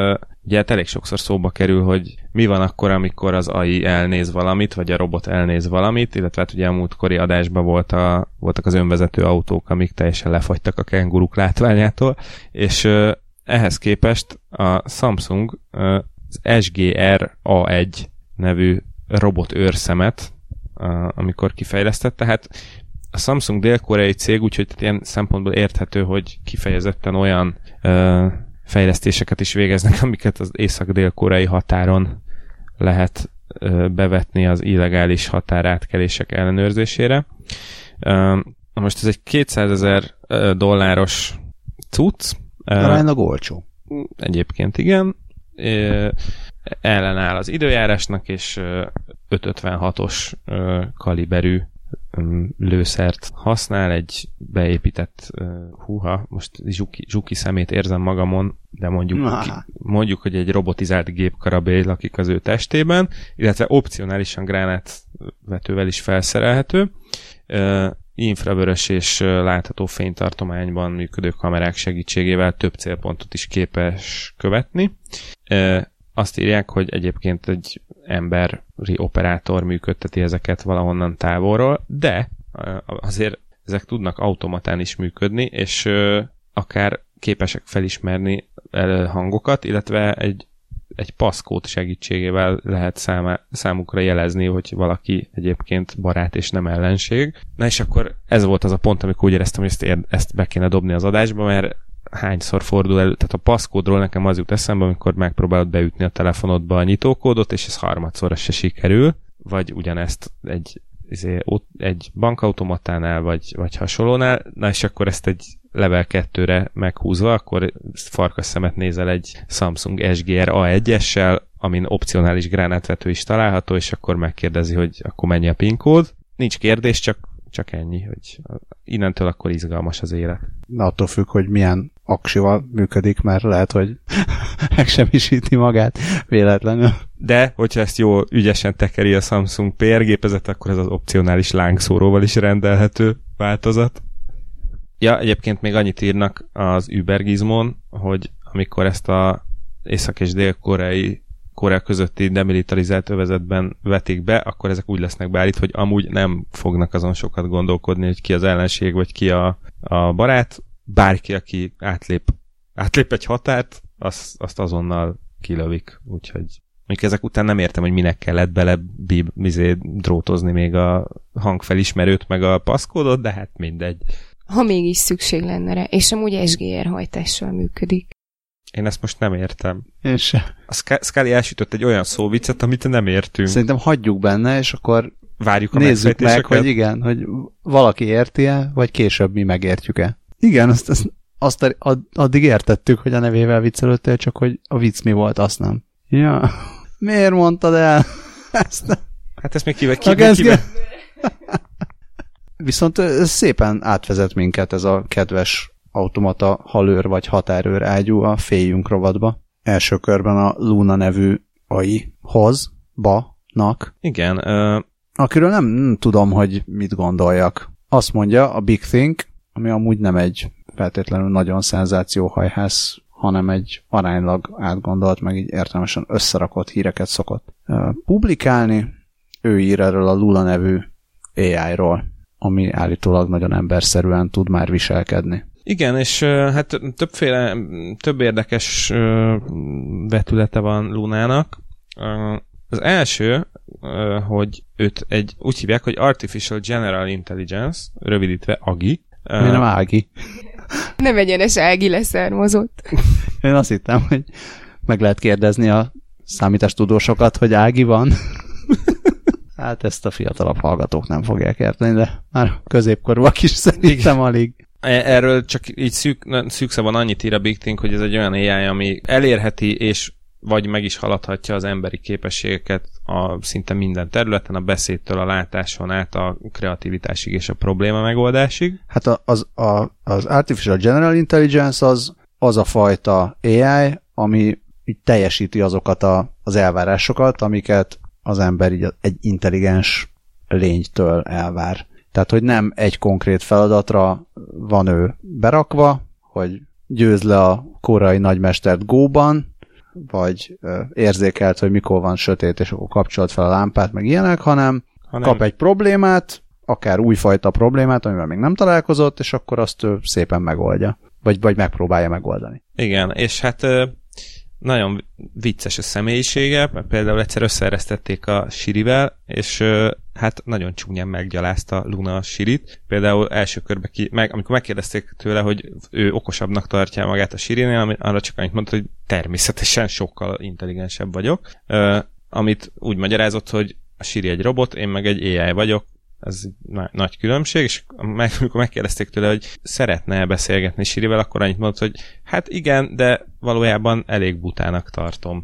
ugye hát elég sokszor szóba kerül, hogy mi van akkor, amikor az á i elnéz valamit, vagy a robot elnéz valamit, illetve hát ugye a múltkori adásban volt a, voltak az önvezető autók, amik teljesen lefagytak a kenguruk látványától, és uh, ehhez képest a Samsung uh, az es gé er á egy nevű robot őrszemet, uh, amikor kifejlesztette, hát a Samsung dél-koreai cég, úgyhogy ilyen szempontból érthető, hogy kifejezetten olyan uh, fejlesztéseket is végeznek, amiket az észak-dél-koreai határon lehet uh, bevetni az illegális határátkelések ellenőrzésére. Uh, most ez egy kétszázezer uh, dolláros cucc. Uh, Aránylag olcsó. Egyébként igen. Uh, ellenáll az időjárásnak, és uh, ötszázötvenhatos uh, kaliberű lőszert használ, egy beépített uh, húha, most zsuki, zsuki szemét érzem magamon, de mondjuk, ki, mondjuk, hogy egy robotizált gépkarabély lakik az ő testében, illetve opcionálisan gránátvetővel is felszerelhető. Uh, infravörös és uh, látható fénytartományban működő kamerák segítségével több célpontot is képes követni. Uh, azt írják, hogy egyébként egy emberi operátor működteti ezeket valahonnan távolról, de azért ezek tudnak automatán is működni, és akár képesek felismerni hangokat, illetve egy, egy paszkód segítségével lehet számá, számukra jelezni, hogy valaki egyébként barát és nem ellenség. Na és akkor ez volt az a pont, amikor úgy éreztem, hogy ezt, ér, ezt be kéne dobni az adásba, mert hányszor fordul elő, tehát a paszkódról nekem az jut eszembe, amikor megpróbálod beütni a telefonodba a nyitókódot, és ez harmadszorra se sikerül, vagy ugyanezt egy, egy bankautomatánál, vagy, vagy hasonlónál, na és akkor ezt egy level kettőre meghúzva, akkor farkas szemet nézel egy Samsung es gé er á egyessel, amin opcionális gránátvető is található, és akkor megkérdezi, hogy akkor mennyi a PIN kód. Nincs kérdés, csak Csak ennyi, hogy innentől akkor izgalmas az élet. De attól függ, hogy milyen aksival működik, mert lehet, hogy megsemmisíti magát véletlenül. De, hogyha ezt jól ügyesen tekeri a Samsung pé er gépezet, akkor ez az opcionális lángszóróval is rendelhető változat. Ja, egyébként még annyit írnak az Uber Gizmon, hogy amikor ezt a észak- és dél-koreai Korea közötti demilitarizált övezetben vetik be, akkor ezek úgy lesznek beállítva, hogy amúgy nem fognak azon sokat gondolkodni, hogy ki az ellenség, vagy ki a, a barát. Bárki, aki átlép, átlép egy határt, azt, azt azonnal kilövik. Úgyhogy mondjuk ezek után nem értem, hogy minek kellett bele bíb, bizé, drótozni még a hangfelismerőt, meg a paszkódot, de hát mindegy. Ha mégis szükség lenne rá, és amúgy es gé er hajtással működik. Én ezt most nem értem. Én se. A Scully elsütött egy olyan szóviccet, amit nem értünk. Szerintem hagyjuk benne, és akkor várjuk a nézzük meg, hogy igen, hogy valaki érti-e, vagy később mi megértjük-e. Igen, azt, azt, azt addig értettük, hogy a nevével viccelődtél, csak hogy a vicc mi volt, azt nem. Ja, miért mondtad el ezt? Hát ezt még kivel... kivel, kivel. Viszont szépen átvezet minket ez a kedves automata halőr vagy határőr ágyú a féljünk rovatba. Első körben a Luna nevű á i-hoz, ba-nak. Igen. Uh... Akiről nem, nem tudom, hogy mit gondoljak. Azt mondja, a Big Think, ami amúgy nem egy feltétlenül nagyon szenzációhajhász, hanem egy aránylag átgondolt, meg így értelmesen összerakott híreket szokott uh, publikálni. Ő ír erről a Luna nevű á i-ról, ami állítólag nagyon emberszerűen tud már viselkedni. Igen, és uh, hát többféle, több érdekes uh, vetülete van Lunának. Uh, az első, uh, hogy őt egy, úgy hívják, hogy Artificial General Intelligence, rövidítve á gé i. Uh, Mi nem Ági. Nem egyenes Ági leszármazott. Én azt hittem, hogy meg lehet kérdezni a számítástudósokat, hogy Ági van. Hát ezt a fiatalabb hallgatók nem fogják érteni, de már középkorúak is szerintem alig. Erről csak így szűk, szűkszavon annyit ír a Big Think, hogy ez egy olyan á i, ami elérheti, és vagy meg is haladhatja az emberi képességeket a szinte minden területen, a beszédtől a látáson át a kreativitásig és a probléma megoldásig. Hát az, a, az Artificial General Intelligence az, az a fajta á i, ami így teljesíti azokat a, az elvárásokat, amiket az ember így egy intelligens lénytől elvár. Tehát, hogy nem egy konkrét feladatra van ő berakva, hogy győz le a koreai nagymestert Go-ban, vagy ö, érzékelt, hogy mikor van sötét, és akkor kapcsolt fel a lámpát, meg ilyenek, hanem ha kap egy problémát, akár újfajta problémát, amivel még nem találkozott, és akkor azt ő szépen megoldja. Vagy, vagy megpróbálja megoldani. Igen, és hát nagyon vicces a személyisége, mert például egyszer összeeresztették a Sirivel, és hát nagyon csúnyán meggyalázta Luna a Sirit. Például első körben, ki, meg, amikor megkérdezték tőle, hogy ő okosabbnak tartja magát a Sirinél, arra csak annyit mondta, hogy természetesen sokkal intelligensebb vagyok. Amit úgy magyarázott, hogy a Siri egy robot, én meg egy á i vagyok, ez na- nagy különbség, és meg, amikor megkérdezték tőle, hogy szeretne beszélgetni Sirivel, akkor annyit mondott, hogy hát igen, de valójában elég butának tartom.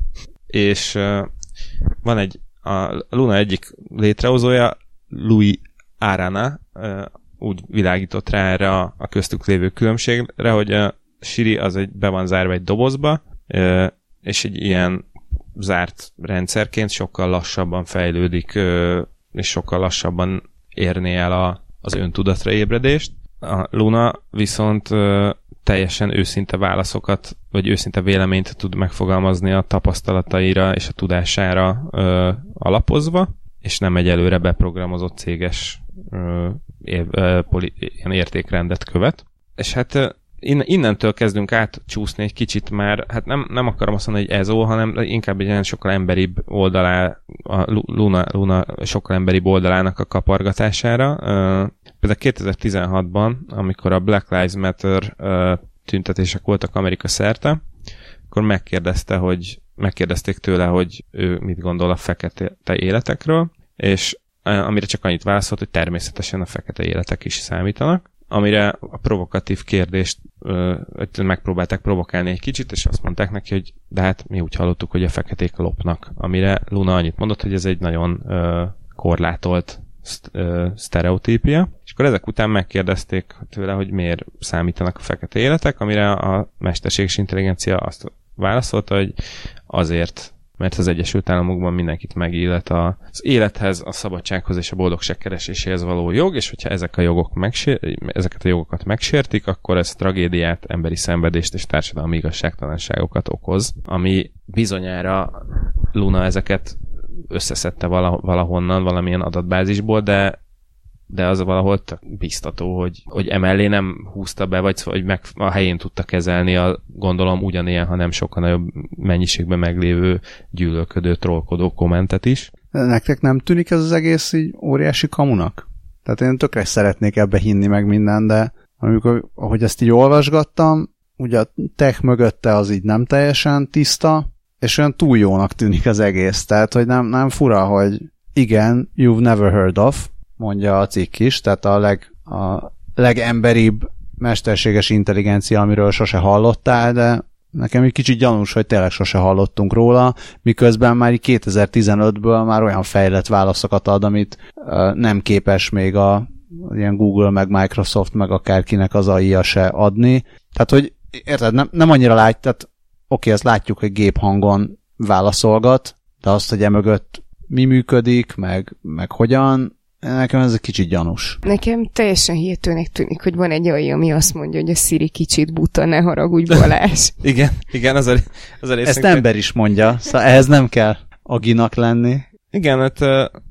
És uh, van egy, a Luna egyik létrehozója, Louis Arana, uh, úgy világított rá erre a, a köztük lévő különbségre, hogy a Siri az egy, be van zárva egy dobozba, uh, és egy ilyen zárt rendszerként sokkal lassabban fejlődik, uh, és sokkal lassabban érné el a, az öntudatra ébredést. A Luna viszont ö, teljesen őszinte válaszokat, vagy őszinte véleményt tud megfogalmazni a tapasztalataira és a tudására ö, alapozva, és nem egy előre beprogramozott céges ö, év, ö, poli, ilyen értékrendet követ. És hát ö, innentől kezdünk átcsúszni egy kicsit már, hát nem, nem akarom azt mondani, hogy ezó, hanem inkább egy ilyen sokkal emberibb oldalá, a Luna, Luna sokkal emberibb oldalának a kapargatására. Például kétezer-tizenhatban, amikor a Black Lives Matter tüntetések voltak Amerika szerte, akkor megkérdezte, hogy megkérdezték tőle, hogy ő mit gondol a fekete életekről, és amire csak annyit válaszolt, hogy természetesen a fekete életek is számítanak. Amire a provokatív kérdést ö, megpróbálták provokálni egy kicsit, és azt mondták neki, hogy de hát mi úgy hallottuk, hogy a feketék lopnak. Amire Luna annyit mondott, hogy ez egy nagyon ö, korlátolt szt- ö, sztereotípia. És akkor ezek után megkérdezték tőle, hogy miért számítanak a fekete életek, amire a mesterséges intelligencia azt válaszolta, hogy azért, mert az Egyesült Államokban mindenkit megillet az élethez, a szabadsághoz és a boldogság kereséséhez való jog, és hogyha ezek a jogok megsér, ezeket a jogokat megsértik, akkor ez tragédiát, emberi szenvedést és társadalmi igazságtalanságokat okoz, ami bizonyára Luna ezeket összeszedte valahonnan, valamilyen adatbázisból, de de az valahol biztató, hogy, hogy emellé nem húzta be, vagy hogy meg a helyén tudta kezelni a gondolom ugyanilyen, hanem sokkal nagyobb mennyiségben meglévő gyűlölködő, trollkodó kommentet is. Nektek nem tűnik ez az egész így óriási kamunak? Tehát én tökre szeretnék ebbe hinni meg minden, de amikor, ahogy ezt így olvasgattam, ugye a tech mögötte az így nem teljesen tiszta, és olyan túl jónak tűnik az egész. Tehát, hogy nem, nem fura, hogy igen, you've never heard of, mondja a cikk is, tehát a, leg, a legemberibb mesterséges intelligencia, amiről sose hallottál, de nekem egy kicsit gyanús, hogy tényleg sose hallottunk róla, miközben már kétezer-tizenötből már olyan fejlett válaszokat ad, amit uh, nem képes még a ilyen Google, meg Microsoft, meg akárkinek az á i-ja se adni. Tehát, hogy érted, nem, nem annyira lát, tehát oké, ezt látjuk, hogy géphangon válaszolgat, de azt, hogy emögött mi működik, meg, meg hogyan, nekem ez egy kicsit gyanús. Nekem teljesen hihetőnek tűnik, hogy van egy olyan, ami azt mondja, hogy a Siri kicsit buta, ne haragudj, Balázs. igen, igen, az a, az a Ezt ember is mondja, szóval ehhez nem kell aginak lenni. Igen, hát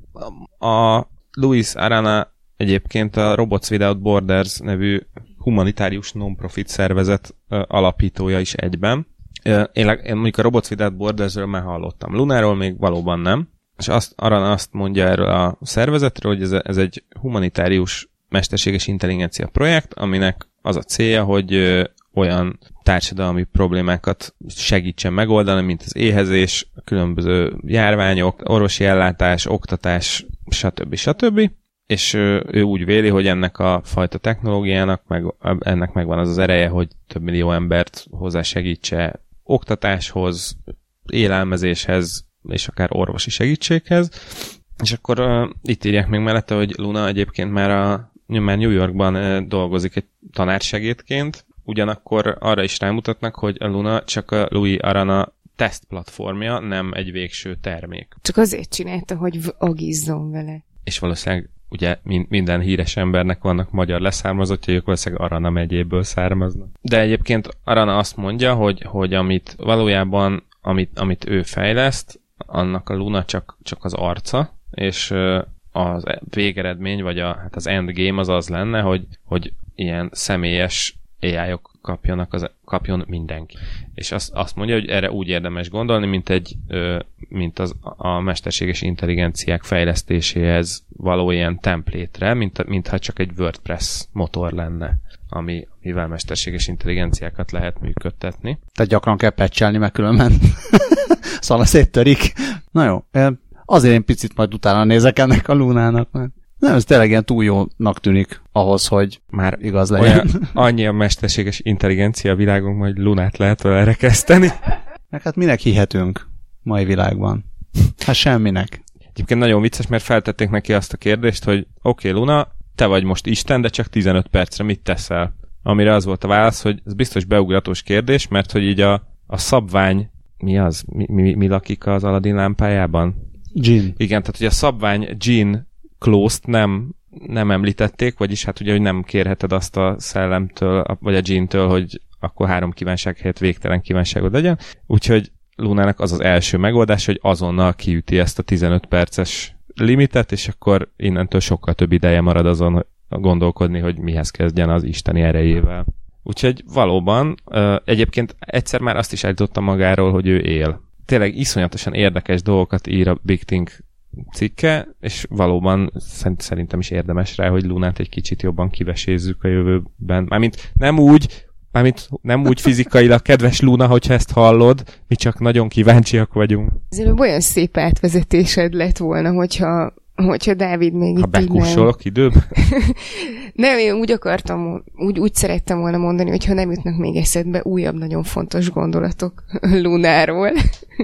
a Louis Arana egyébként a Robots Without Borders nevű humanitárius non-profit szervezet alapítója is egyben. Én, én mondjuk a Robots Without Bordersről már hallottam. Lunáról még valóban nem. És azt, Arana azt mondja erről a szervezetről, hogy ez, ez egy humanitárius mesterséges intelligencia projekt, aminek az a célja, hogy ö, olyan társadalmi problémákat segítsen megoldani, mint az éhezés, különböző járványok, orvosi ellátás, oktatás, stb. stb. És ö, ő úgy véli, hogy ennek a fajta technológiának, meg, ennek megvan az az ereje, hogy több millió embert hozzá segítse oktatáshoz, élelmezéshez, és akár orvosi segítséghez. És akkor uh, itt írják még mellette, hogy Luna egyébként már, a, már New Yorkban uh, dolgozik egy tanársegédként, ugyanakkor arra is rámutatnak, hogy a Luna csak a Louis Arana tesztplatformja, nem egy végső termék. Csak azért csinálta, hogy agizzon vele. És valószínűleg ugye minden híres embernek vannak magyar leszármazottja, ők valószínűleg Arana megyéből származnak. De egyébként Arana azt mondja, hogy, hogy amit valójában amit, amit ő fejleszt, annak a Luna csak, csak az arca, és az végeredmény, vagy a, hát az endgame az az lenne, hogy, hogy ilyen személyes á í-ok kapjanak az, kapjon mindenki. És azt, azt mondja, hogy erre úgy érdemes gondolni, mint egy mint az, a mesterséges intelligenciák fejlesztéséhez való ilyen templétre, mint, mintha csak egy WordPress motor lenne, ami, mivel mesterséges intelligenciákat lehet működtetni. Tehát gyakran kell patchelni, mert különben szala széttörik. Na jó, azért én picit majd utána nézek ennek a Lunának, mert nem, ez tényleg ilyen túl jónak tűnik ahhoz, hogy már igaz legyen. Olyan, annyi a mesterséges intelligencia a világon, hogy Lunát lehet vele rekeszteni. Meg hát minek hihetünk mai világban? Hát semminek. Egyébként nagyon vicces, mert feltették neki azt a kérdést, hogy oké, okay, Luna, te vagy most Isten, de csak tizenöt percre mit teszel? Amire az volt a válasz, hogy ez biztos beugratós kérdés, mert hogy így a, a szabvány, mi az? Mi, mi, mi lakik az Aladdin lámpájában? Djinn. Igen, tehát hogy a szabvány Djinn Close-t nem, nem említették, vagyis hát ugye, hogy nem kérheted azt a szellemtől, vagy a Djinntől, hogy akkor három kívánság helyett végtelen kívánságod legyen. Úgyhogy Lunának az az első megoldás, hogy azonnal kiüti ezt a tizenöt perces limitet, és akkor innentől sokkal több ideje marad azon gondolkodni, hogy mihez kezdjen az isteni erejével. Úgyhogy valóban, egyébként egyszer már azt is állította magáról, hogy ő él. Tényleg iszonyatosan érdekes dolgokat ír a Big Think cikke, és valóban szerintem is érdemes rá, hogy Lunát egy kicsit jobban kivesézzük a jövőben. Mármint nem úgy, mármint nem úgy fizikailag, kedves Luna, hogyha ezt hallod, mi csak nagyon kíváncsiak vagyunk. Ezért olyan szép átvezetésed lett volna, hogyha, hogyha Dávid még ha itt így nem... Ha bekussolok időben? Nem, én úgy akartam, úgy, úgy szerettem volna mondani, hogyha nem jutnak még eszedbe újabb, nagyon fontos gondolatok Lunáról.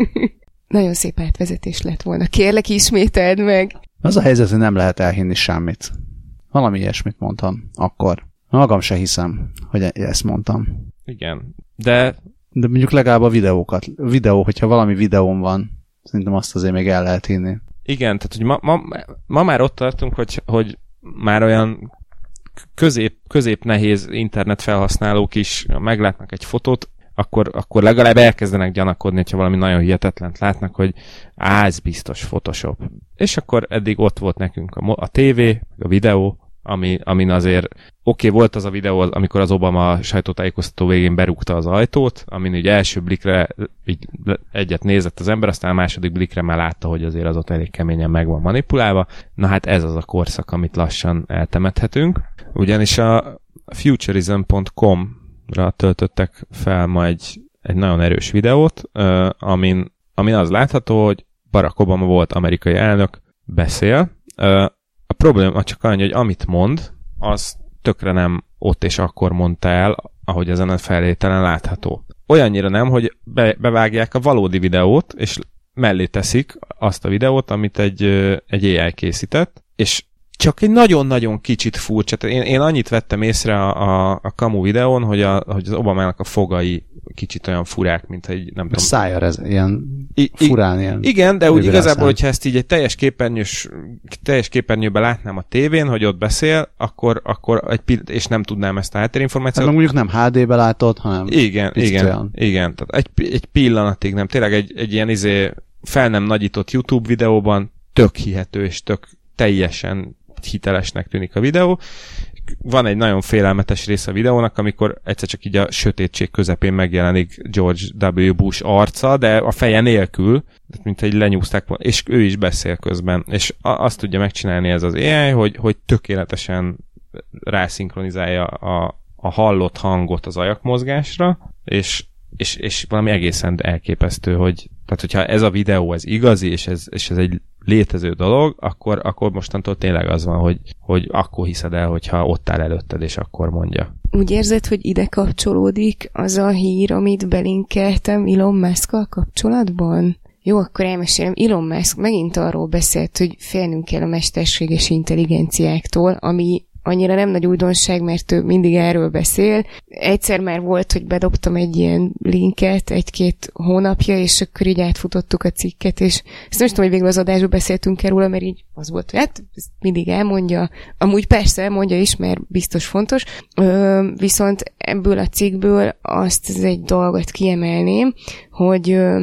Nagyon szép átvezetés lett volna. Kérlek, ismételd meg. Az a helyzet, hogy nem lehet elhinni semmit. Valami ilyesmit mondtam akkor. Magam se hiszem, hogy ezt mondtam. Igen, de... De mondjuk legalább a videókat. Videó, hogyha valami videón van, szerintem azt azért még el lehet hinni. Igen, tehát hogy ma, ma, ma már ott tartunk, hogy, hogy már olyan közép, közép nehéz internet felhasználók is meglátnak egy fotót, Akkor, akkor legalább elkezdenek gyanakodni, hogyha valami nagyon hihetetlent látnak, hogy á, ez biztos Photoshop. És akkor eddig ott volt nekünk a, a tévé, a videó, ami, amin azért oké, okay, volt az a videó, amikor az Obama sajtótájékoztató végén berúgta az ajtót, amin ugye első blikre így egyet nézett az ember, aztán a második blikre már látta, hogy azért az ott elég keményen meg van manipulálva. Na hát ez az a korszak, amit lassan eltemethetünk. Ugyanis a futurism pont com-ra töltöttek fel ma egy, egy nagyon erős videót, uh, amin, amin az látható, hogy Barack Obama volt amerikai elnök, beszél. Uh, a probléma csak annyi, hogy amit mond, az tökre nem ott és akkor mondta el, ahogy ezen a felvételen látható. Olyannyira nem, hogy be, bevágják a valódi videót, és mellé teszik azt a videót, amit egy, egy á i készített, és csak egy nagyon-nagyon kicsit furcsa. Én, én annyit vettem észre a, a, a kamu videón, hogy, a, hogy az Obamának a fogai kicsit olyan furák, mint egy, nem tudom... Szájjal ez ilyen I, furán, ilyen... Igen, de úgy igazából, hogyha ezt így egy teljes képernyős, teljes képernyőben látnám a tévén, hogy ott beszél, akkor, akkor egy pill- és nem tudnám ezt a háttérinformációt. Hát mondjuk nem há dé-be látod, hanem... Igen, igen, olyan. igen. Tehát egy, egy pillanatig nem. Tényleg egy, egy ilyen izé fel nem nagyított YouTube videóban tök hihető és tök teljesen hitelesnek tűnik a videó. Van egy nagyon félelmetes rész a videónak, amikor egyszer csak így a sötétség közepén megjelenik George W. Bush arca, de a feje nélkül, mint egy lenyúzták, és ő is beszél közben. És azt tudja megcsinálni ez az á i, hogy, hogy tökéletesen rászinkronizálja a, a hallott hangot az ajakmozgásra, és, és, és valami egészen elképesztő, hogy tehát, hogyha ez a videó, ez igazi, és ez, és ez egy létező dolog, akkor, akkor mostantól tényleg az van, hogy, hogy akkor hiszed el, hogyha ott áll előtted, és akkor mondja. Úgy érzed, hogy ide kapcsolódik az a hír, amit belinkeltem Elon Musk-kal kapcsolatban? Jó, akkor elmesélem. Elon Musk megint arról beszélt, hogy félnünk kell a mesterséges intelligenciáktól, ami annyira nem nagy újdonság, mert ő mindig erről beszél. Egyszer már volt, hogy bedobtam egy ilyen linket egy-két hónapja, és akkor így átfutottuk a cikket, és ezt nem tudom, hogy végül az adásban beszéltünk erről, mert így az volt, hogy hát mindig elmondja. Amúgy persze elmondja is, mert biztos fontos. Ö, viszont ebből a cikkből azt az egy dolgot kiemelném, hogy ö,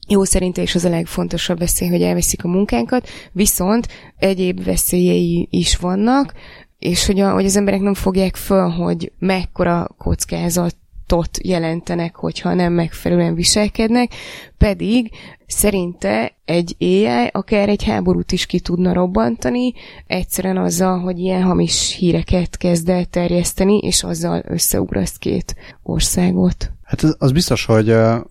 Jó, szerintem is az a legfontosabb veszély, hogy elveszik a munkánkat, viszont egyéb veszélyei is vannak, és hogy, a, hogy az emberek nem fogják föl, hogy mekkora kockázatot jelentenek, hogyha nem megfelelően viselkednek, pedig szerinte egy á i akár egy háborút is ki tudna robbantani, egyszerűen azzal, hogy ilyen hamis híreket kezd el terjeszteni, és azzal összeugraszt két országot. Hát az, az biztos, hogy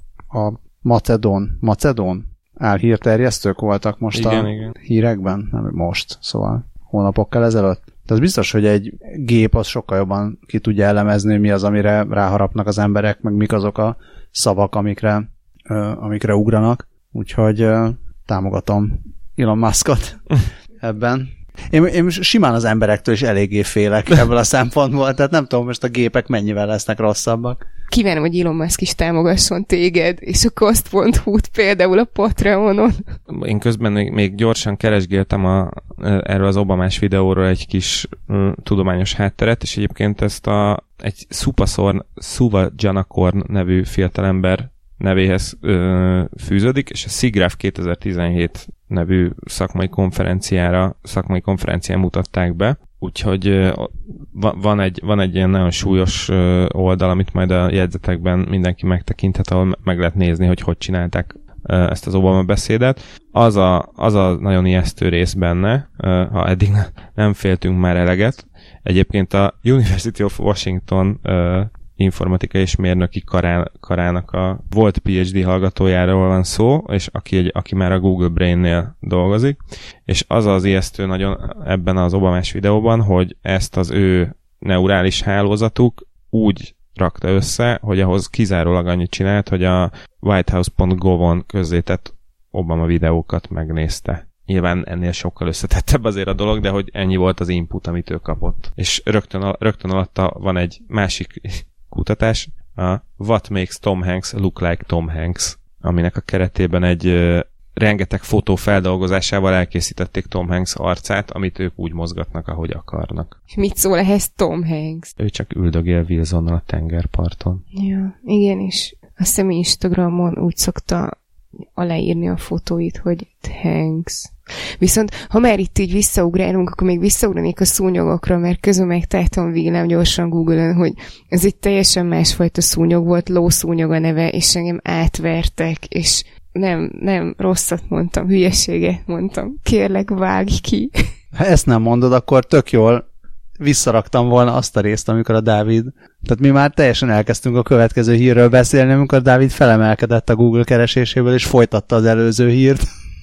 a Macedón, Macedón álhírterjesztők voltak most igen, a igen. hírekben, nem most, szóval hónapokkal ezelőtt. De az biztos, hogy egy gép az sokkal jobban ki tudja elemezni, mi az, amire ráharapnak az emberek, meg mik azok a szavak, amikre, uh, amikre ugranak. Úgyhogy uh, támogatom Elon Muskot ebben. Én, én simán az emberektől is eléggé félek ebből a szempontból, tehát nem tudom, most a gépek mennyivel lesznek rosszabbak. Kívánom, hogy Elon Musk is támogasson téged, és a cost pont hu-t például a Patreonon. Én közben még, még gyorsan keresgéltem a, erről az Obamás videóról egy kis uh, tudományos hátteret, és egyébként ezt a, egy Supaszorn, Suva Janakorn nevű fiatalember nevéhez ö, fűződik, és a SIGGRAPH kétezer-tizenhét nevű szakmai konferenciára, szakmai konferencián mutatták be, úgyhogy ö, van, egy, van egy ilyen nagyon súlyos ö, oldal, amit majd a jegyzetekben mindenki megtekinthet, ahol meg lehet nézni, hogy hogy csinálták ö, ezt az Obama beszédet. Az a, az a nagyon ijesztő rész benne, ö, ha eddig ne, nem féltünk már eleget. Egyébként a University of Washington ö, informatikai és mérnöki kará, karának a volt PhD hallgatójáról van szó, és aki, egy, aki már a Google Brain-nél dolgozik, és az az ijesztő nagyon ebben az Obamás videóban, hogy ezt az ő neurális hálózatuk úgy rakta össze, hogy ahhoz kizárólag annyit csinált, hogy a whitehouse pont gov-on közzétett Obama videókat megnézte. Nyilván ennél sokkal összetettebb azért a dolog, de hogy ennyi volt az input, amit ő kapott. És rögtön, rögtön alatta van egy másik kutatás, a What Makes Tom Hanks Look Like Tom Hanks, aminek a keretében egy uh, rengeteg fotó feldolgozásával elkészítették Tom Hanks arcát, amit ők úgy mozgatnak, ahogy akarnak. És mit szól ehhez Tom Hanks? Ő csak üldögél Wilsonnal a tengerparton. Ja, igen, és azt hiszem Instagramon úgy szokta aláírni a fotóit, hogy Hanks. Viszont, ha már itt így visszaugrálunk, akkor még visszaugranék a szúnyogokra, mert közben megtaláltam villám gyorsan Google-ön, hogy ez egy teljesen másfajta szúnyog volt, lószúnyog a neve, és engem átvertek, és nem, nem rosszat mondtam, hülyeséget mondtam. Kérlek, vágj ki. Ha ezt nem mondod, akkor tök jól visszaraktam volna azt a részt, amikor a Dávid, tehát mi már teljesen elkezdtünk a következő hírről beszélni, amikor Dávid felemelkedett a Google kereséséből, és folytatta az előző hírt.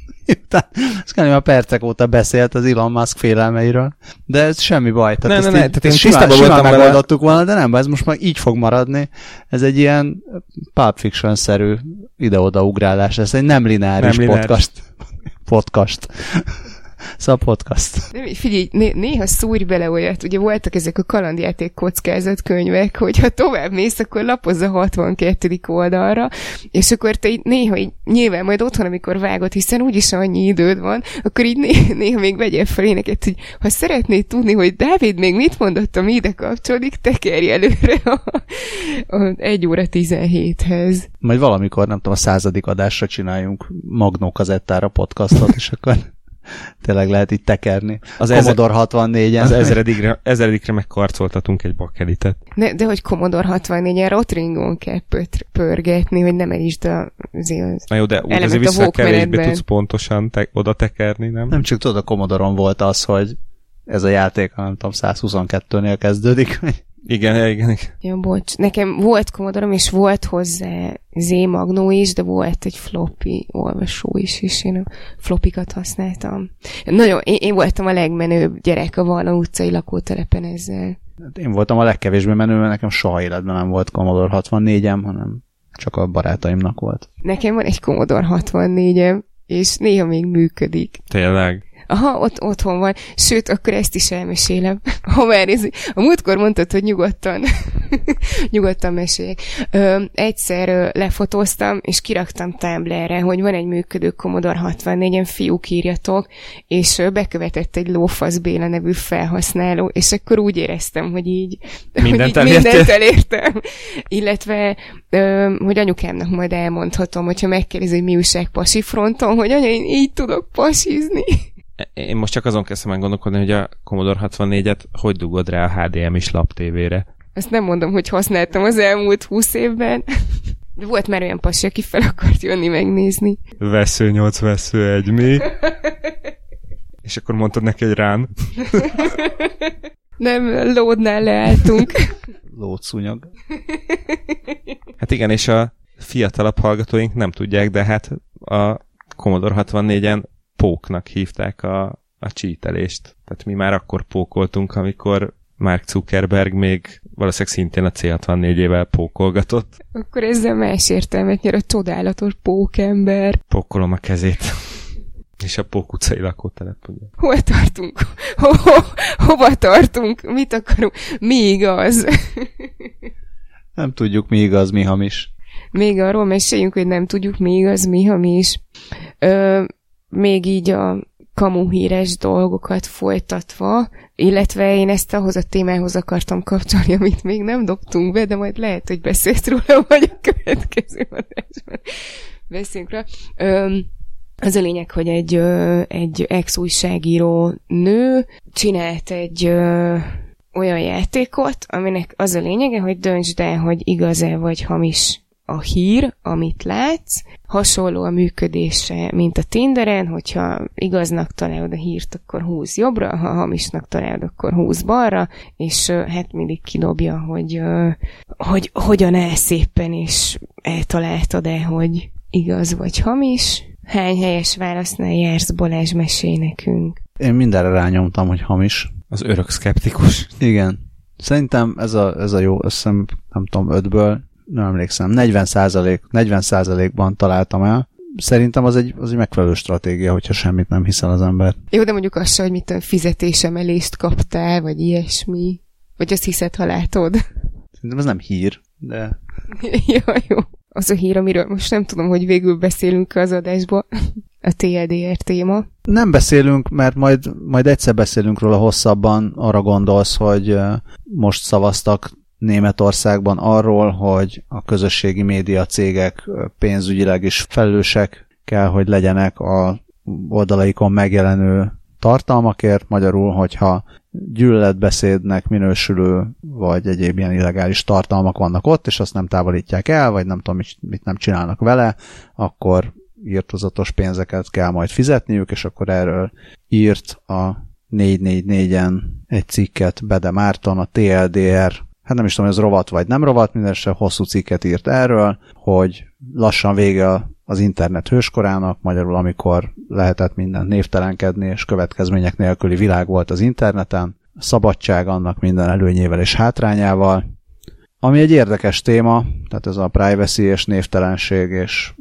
Utána a percek óta beszélt az Elon Musk félelmeiről. De ez semmi baj. Tehát ne, ezt ne, ne, így, tehát én simán, tisztában simán voltam megoldottuk vele. Volna, de nem, ez most már így fog maradni. Ez egy ilyen Pulp Fiction-szerű ide-oda ugrálás. Ez egy nem lineáris nem podcast. podcast. Szóval podcast. Nem, figyelj, né- néha szúrj bele olyat, ugye voltak ezek a kalandjáték kockázatkönyvek, hogy ha tovább mész, akkor lapozz a hatvankettedik oldalra, és akkor te így néha így, nyilván majd otthon, amikor vágod, hiszen úgyis annyi időd van, akkor így né- néha még vegyél fel éneket, hogy ha szeretnéd tudni, hogy Dávid még mit mondott, ami ide kapcsolódik, tekerj előre a, a egy óra tizenhéthez. Majd valamikor, nem tudom, a századik adásra csináljunk Magnó kazettára podcastot, és akkor tényleg lehet itt tekerni. Az Commodore hatvannégyen. Az ezeredikre, ezeredikre megkarcoltatunk egy bakelitet. De, de hogy Commodore hatvannégyen Rotringon kell pötr, pörgetni, hogy nem elisd a, az Na jó, de úgy azért vissza kevésbé tudsz pontosan te, oda tekerni, nem? Nem csak tudod, a Commodore-on volt az, hogy ez a játék, nem tudom, száz huszonkettőnél kezdődik. Igen, igen. Ja, bocs. Nekem volt Commodore-om, és volt hozzá Z-magnó is, de volt egy floppy olvasó is, és én a floppikat használtam. Nagyon, én, én voltam a legmenőbb gyerek a Varna utcai lakótelepen ezzel. Én voltam a legkevésbé menő, mert nekem soha életben nem volt Commodore hatvannégyem, hanem csak a barátaimnak volt. Nekem van egy Commodore hatvannégyem, és néha még működik. Tényleg? Aha, ott otthon van. Sőt, akkor ezt is elmesélem. Ha már ez, a múltkor mondtad, hogy nyugodtan. nyugodtan meséljek. Ö, egyszer ö, lefotóztam, és kiraktam Tumblr-re, hogy van egy működő Commodore hatvannégyen, fiúk írjatok, és ö, bekövetett egy Lófasz Béla nevű felhasználó, és akkor úgy éreztem, hogy így mindent, hogy így mindent elértem. Illetve, ö, hogy anyukámnak majd elmondhatom, hogyha megkérdezi, hogy mi újság pasi fronton, hogy anya, én így tudok pasizni. Én most csak azon kezdtem el gondolkodni, hogy a Commodore hatvannégyet hogy dugod rá a há dé em-is laptévére. Azt nem mondom, hogy használtam az elmúlt húsz évben. De volt már olyan pasi, aki fel akart jönni megnézni. Vesző nyolc, vesző egy, mi? És akkor mondtad neki egy rán. Nem, lódnál leálltunk. Lódszúnyog. Hát igen, és a fiatalabb hallgatóink nem tudják, de hát a Commodore hatvannégyen póknak hívták a, a cheatelést. Tehát mi már akkor pókoltunk, amikor Mark Zuckerberg még valószínűleg szintén a cé hatvannégyével pókolgatott. Akkor ezzel más értelmet nyer a csodálatos pókember. Pókolom a kezét. És a Pók utcai lakótelep, ugye. Hol tartunk? Ho, ho, hova tartunk? Mit akarunk? Mi igaz? Nem tudjuk, mi igaz, mi hamis. Még arról meséljünk, hogy nem tudjuk, mi igaz, mi hamis. Ö, még így a kamuhíres dolgokat folytatva, illetve én ezt ahhoz a témához akartam kapcsolni, amit még nem dobtunk be, de majd lehet, hogy beszélsz róla, vagy a következő adásban beszélünk rá. Ö, az a lényeg, hogy egy, ö, egy ex-újságíró nő csinált egy ö, olyan játékot, aminek az a lényege, hogy döntsd el, hogy igaz-e vagy hamis a hír, amit látsz. Hasonló a működése, mint a Tinderen, hogyha igaznak találod a hírt, akkor húz jobbra, ha hamisnak találod, akkor húz balra, és uh, hát mindig kidobja, hogy, uh, hogy hogyan elszépen, és eltaláltad-e, hogy igaz vagy hamis. Hány helyes válasznál jársz, Balázs, mesélj nekünk. Én mindenre rányomtam, hogy hamis. Az örök szkeptikus. Igen. Szerintem ez a, ez a jó összem, nem tudom, ötből, nem emlékszem, negyven százalék, negyven százalékban találtam el. Szerintem az egy, az egy megfelelő stratégia, hogyha semmit nem hiszel az ember. Jó, de mondjuk azt, hogy mit fizetésemelést kaptál, vagy ilyesmi. Vagy azt hiszed, ha látod. Szerintem ez nem hír, de... Ja, jó. Az a hír, amiről most nem tudom, hogy végül beszélünk az adásba. A té el dé er téma. Nem beszélünk, mert majd, majd egyszer beszélünk róla hosszabban. Arra gondolsz, hogy most szavaztak Németországban arról, hogy a közösségi média cégek pénzügyileg is felelősek kell, hogy legyenek a oldalaikon megjelenő tartalmakért. Magyarul, hogyha gyűlöletbeszédnek minősülő, vagy egyéb ilyen illegális tartalmak vannak ott, és azt nem távolítják el, vagy nem tudom, mit nem csinálnak vele, akkor írtozatos pénzeket kell majd fizetniük, és akkor erről írt a négy négy négyen egy cikket Bede Márton, a té el dé er, hát nem is tudom, hogy ez rovat vagy nem rovat, mindenesetre hosszú cikket írt erről, hogy lassan vége az internet hőskorának, magyarul amikor lehetett mindent névtelenkedni, és következmények nélküli világ volt az interneten, szabadság annak minden előnyével és hátrányával, ami egy érdekes téma, tehát ez a privacy és névtelenség és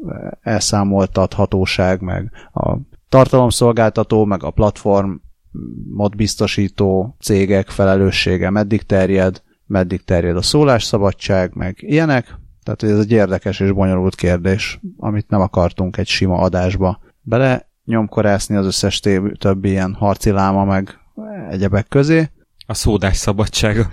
elszámoltathatóság, meg a tartalomszolgáltató, meg a platformot biztosító cégek felelőssége meddig terjed, meddig terjed a szólásszabadság, meg ilyenek. Tehát ez egy érdekes és bonyolult kérdés, amit nem akartunk egy sima adásba bele nyomkorászni az összes tév- többi ilyen harci láma, meg egyebek közé. A szódás szabadsága.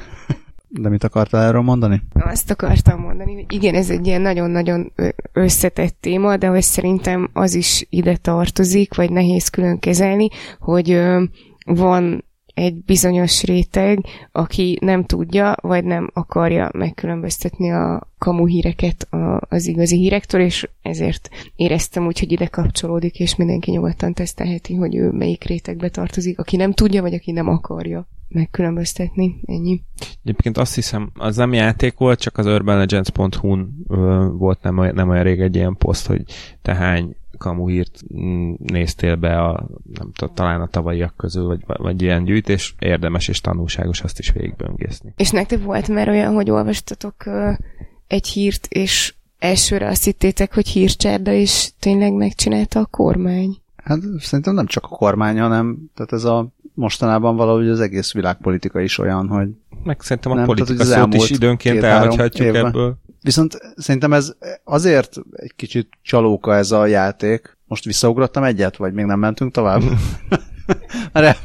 De mit akartál erről mondani? Azt akartam mondani, hogy igen, ez egy ilyen nagyon-nagyon összetett téma, de hogy szerintem az is ide tartozik, vagy nehéz külön kezelni, hogy van egy bizonyos réteg, aki nem tudja, vagy nem akarja megkülönböztetni a kamu híreket az igazi hírektől, és ezért éreztem úgy, hogy ide kapcsolódik, és mindenki nyugodtan tesztelheti, hogy ő melyik rétegbe tartozik, aki nem tudja, vagy aki nem akarja megkülönböztetni. Ennyi. Egyébként azt hiszem, az nem játék volt, csak az urban legends pont hu-n volt nem olyan, nem olyan rég egy ilyen poszt, hogy te hány kamu hírt néztél be a, nem tudom, talán a tavalyiak közül, vagy, vagy ilyen gyűjtés, érdemes és tanulságos azt is végigböngészni. És nektek volt már olyan, hogy olvastatok uh, egy hírt, és elsőre azt hittétek, hogy hírcsárda, és tényleg megcsinálta a kormány? Hát szerintem nem csak a kormány, hanem tehát ez a mostanában valahogy az egész világpolitika is olyan, hogy... Meg szerintem a nem, politika tehát, szót is időnként elhagyhatjuk ebből. Viszont szerintem ez azért egy kicsit csalóka ez a játék. Most visszaugrottam egyet, vagy még nem mentünk tovább? Mert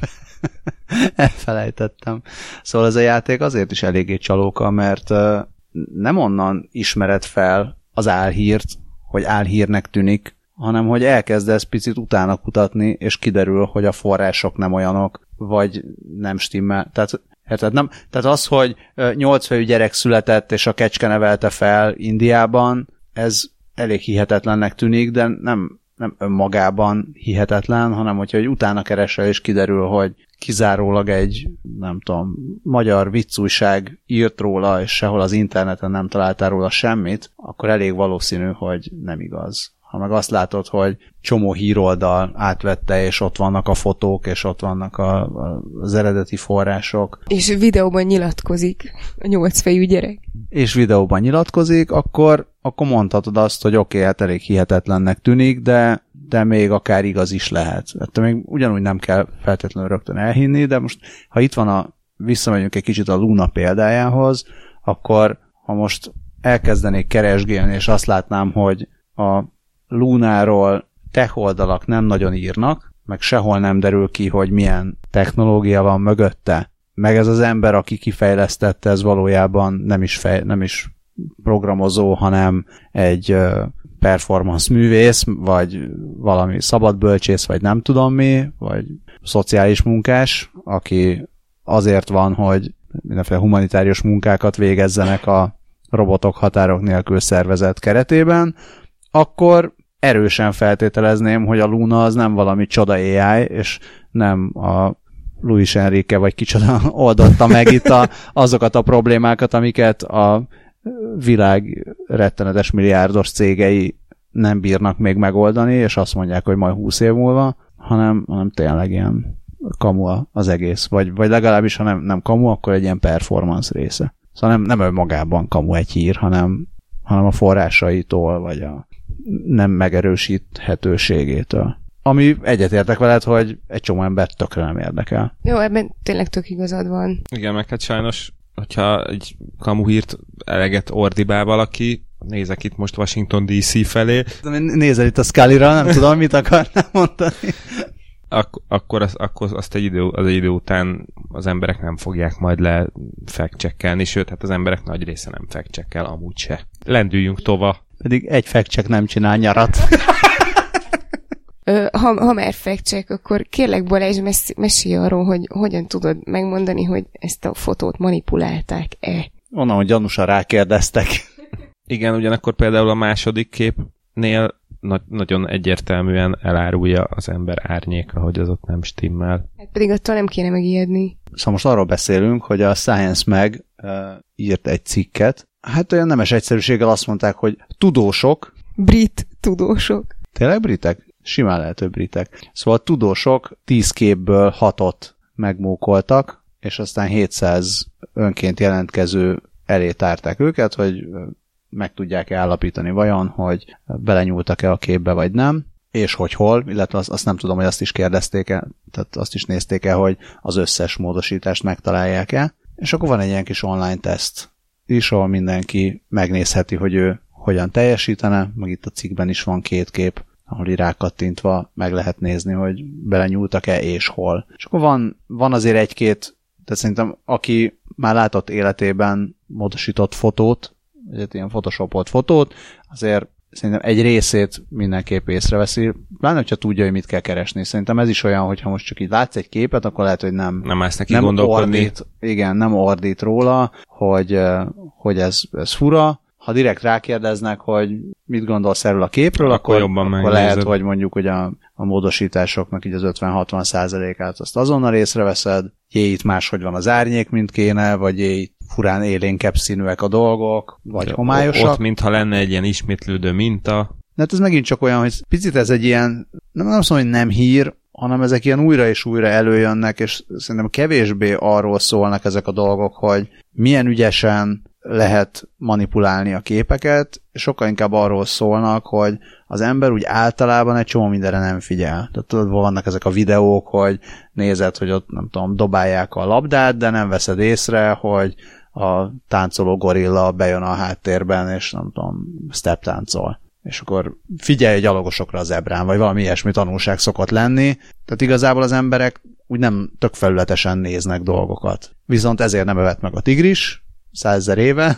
elfelejtettem. Szóval ez a játék azért is eléggé csalóka, mert nem onnan ismered fel az álhírt, hogy álhírnek tűnik, hanem hogy elkezdesz picit utána kutatni, és kiderül, hogy a források nem olyanok, vagy nem stimmel. Tehát, tehát, nem, tehát az, hogy nyolc fejű gyerek született, és a kecske nevelte fel Indiában, ez elég hihetetlennek tűnik, de nem, nem önmagában hihetetlen, hanem hogyha hogy utána keresel, és kiderül, hogy kizárólag egy, nem tudom, magyar viccújság írt róla, és sehol az interneten nem találtál róla semmit, akkor elég valószínű, hogy nem igaz. Ha meg azt látod, hogy csomó híroldal átvette, és ott vannak a fotók, és ott vannak a, a, az eredeti források. És videóban nyilatkozik a nyolcfejű gyerek. És videóban nyilatkozik, akkor, akkor mondhatod azt, hogy oké, okay, hát elég hihetetlennek tűnik, de, de még akár igaz is lehet. Ettől még ugyanúgy nem kell feltétlenül rögtön elhinni, de most, ha itt van a, visszamegyünk egy kicsit a Luna példájához, akkor ha most elkezdenék keresgélni, és azt látnám, hogy a Lunáról tech oldalak nem nagyon írnak, meg sehol nem derül ki, hogy milyen technológia van mögötte, meg ez az ember, aki kifejlesztette, ez valójában nem is, fej, nem is programozó, hanem egy performance művész, vagy valami szabadbölcsész, vagy nem tudom mi, vagy szociális munkás, aki azért van, hogy mindenféle humanitárius munkákat végezzenek a robotok határok nélkül szervezet keretében, akkor erősen feltételezném, hogy a Luna az nem valami csoda á i, és nem a Luis Enrique vagy kicsoda oldotta meg itt a, azokat a problémákat, amiket a világ rettenetes milliárdos cégei nem bírnak még megoldani, és azt mondják, hogy majd húsz év múlva, hanem, hanem tényleg ilyen kamu az egész. Vagy, vagy legalábbis, ha nem, nem kamu, akkor egy ilyen performance része. Szóval nem, nem önmagában kamu egy hír, hanem, hanem a forrásaitól, vagy a nem megerősíthetőségétől. Ami egyetértek veled, hogy egy csomó embert tökre nem érdekel. Jó, ebben tényleg tök igazad van. Igen, meg hát sajnos, hogyha egy kamuhírt eleget ordibál valaki, nézek itt most Washington dé cé felé. Nézel itt a Scully-ra, nem tudom, mit akarnám mondani. Ak- akkor, az, akkor azt egy idő, az egy idő után az emberek nem fogják majd le fact-checkelni, sőt, hát az emberek nagy része nem fact-checkel, amúgy se. Lendüljünk tova. Pedig egy fact-check nem csinál nyarat. Ö, ha, ha már fact-check, akkor kérlek Balázs, mess- mesélj arról, hogy hogyan tudod megmondani, hogy ezt a fotót manipulálták-e. Onnan, hogy gyanúsan rákérdeztek. Igen, ugyanakkor például a második képnél na- nagyon egyértelműen elárulja az ember árnyéka, hogy az ott nem stimmel. Hát pedig attól nem kéne megijedni. Szóval most arról beszélünk, hogy a Science Mag uh, írt egy cikket. Hát olyan nemes egyszerűséggel azt mondták, hogy tudósok. Brit tudósok. Tényleg britek? Simán lehető britek. Szóval a tudósok tíz képből hatot megmókoltak, és aztán hétszáz önként jelentkező elé tárták őket, hogy meg tudják-e állapítani vajon, hogy belenyúltak-e a képbe, vagy nem, és hogy hol, illetve azt, azt nem tudom, hogy azt is kérdezték-e, tehát azt is nézték-e, hogy az összes módosítást megtalálják-e, és akkor van egy ilyen kis online teszt is, ahol mindenki megnézheti, hogy ő hogyan teljesítene, meg itt a cikkben is van két kép, ahol így rákattintva meg lehet nézni, hogy belenyúltak-e és hol. És akkor van, van azért egy-két, tehát szerintem aki már látott életében módosított fotót, vagy ilyen photoshopolt fotót, azért szerintem egy részét mindenképp észreveszi, pláne, hogyha tudja, hogy mit kell keresni. Szerintem ez is olyan, hogyha most csak így látsz egy képet, akkor lehet, hogy nem, nem, nem ordít, igen, nem ordít róla, hogy, hogy ez, ez fura. Ha direkt rákérdeznek, hogy mit gondolsz erről a képről, akkor, akkor, akkor lehet, hogy mondjuk hogy a, a módosításoknak így az ötven-hatvan százalékát azt azonnal észreveszed, jé, itt máshogy van az árnyék, mint kéne, vagy jé, itt furán élénkebb színűek a dolgok, vagy ja, homályosak. Ott, mintha lenne egy ilyen ismétlődő minta. Hát ez megint csak olyan, hogy picit ez egy ilyen, nem azt mondom, hogy nem hír, hanem ezek ilyen újra és újra előjönnek, és szerintem kevésbé arról szólnak ezek a dolgok, hogy milyen ügyesen lehet manipulálni a képeket, sokkal inkább arról szólnak, hogy az ember úgy általában egy csomó mindenre nem figyel. Tehát tudod, vannak ezek a videók, hogy nézed, hogy ott nem tudom, dobálják a labdát, de nem veszed észre, hogy a táncoló gorilla bejön a háttérben, és nem tudom, step táncol. És akkor figyelj a gyalogosokra az zebrán, vagy valami ilyesmi tanulság szokott lenni. Tehát igazából az emberek úgy nem tök felületesen néznek dolgokat. Viszont ezért nem evett meg a tigris, százezer éve.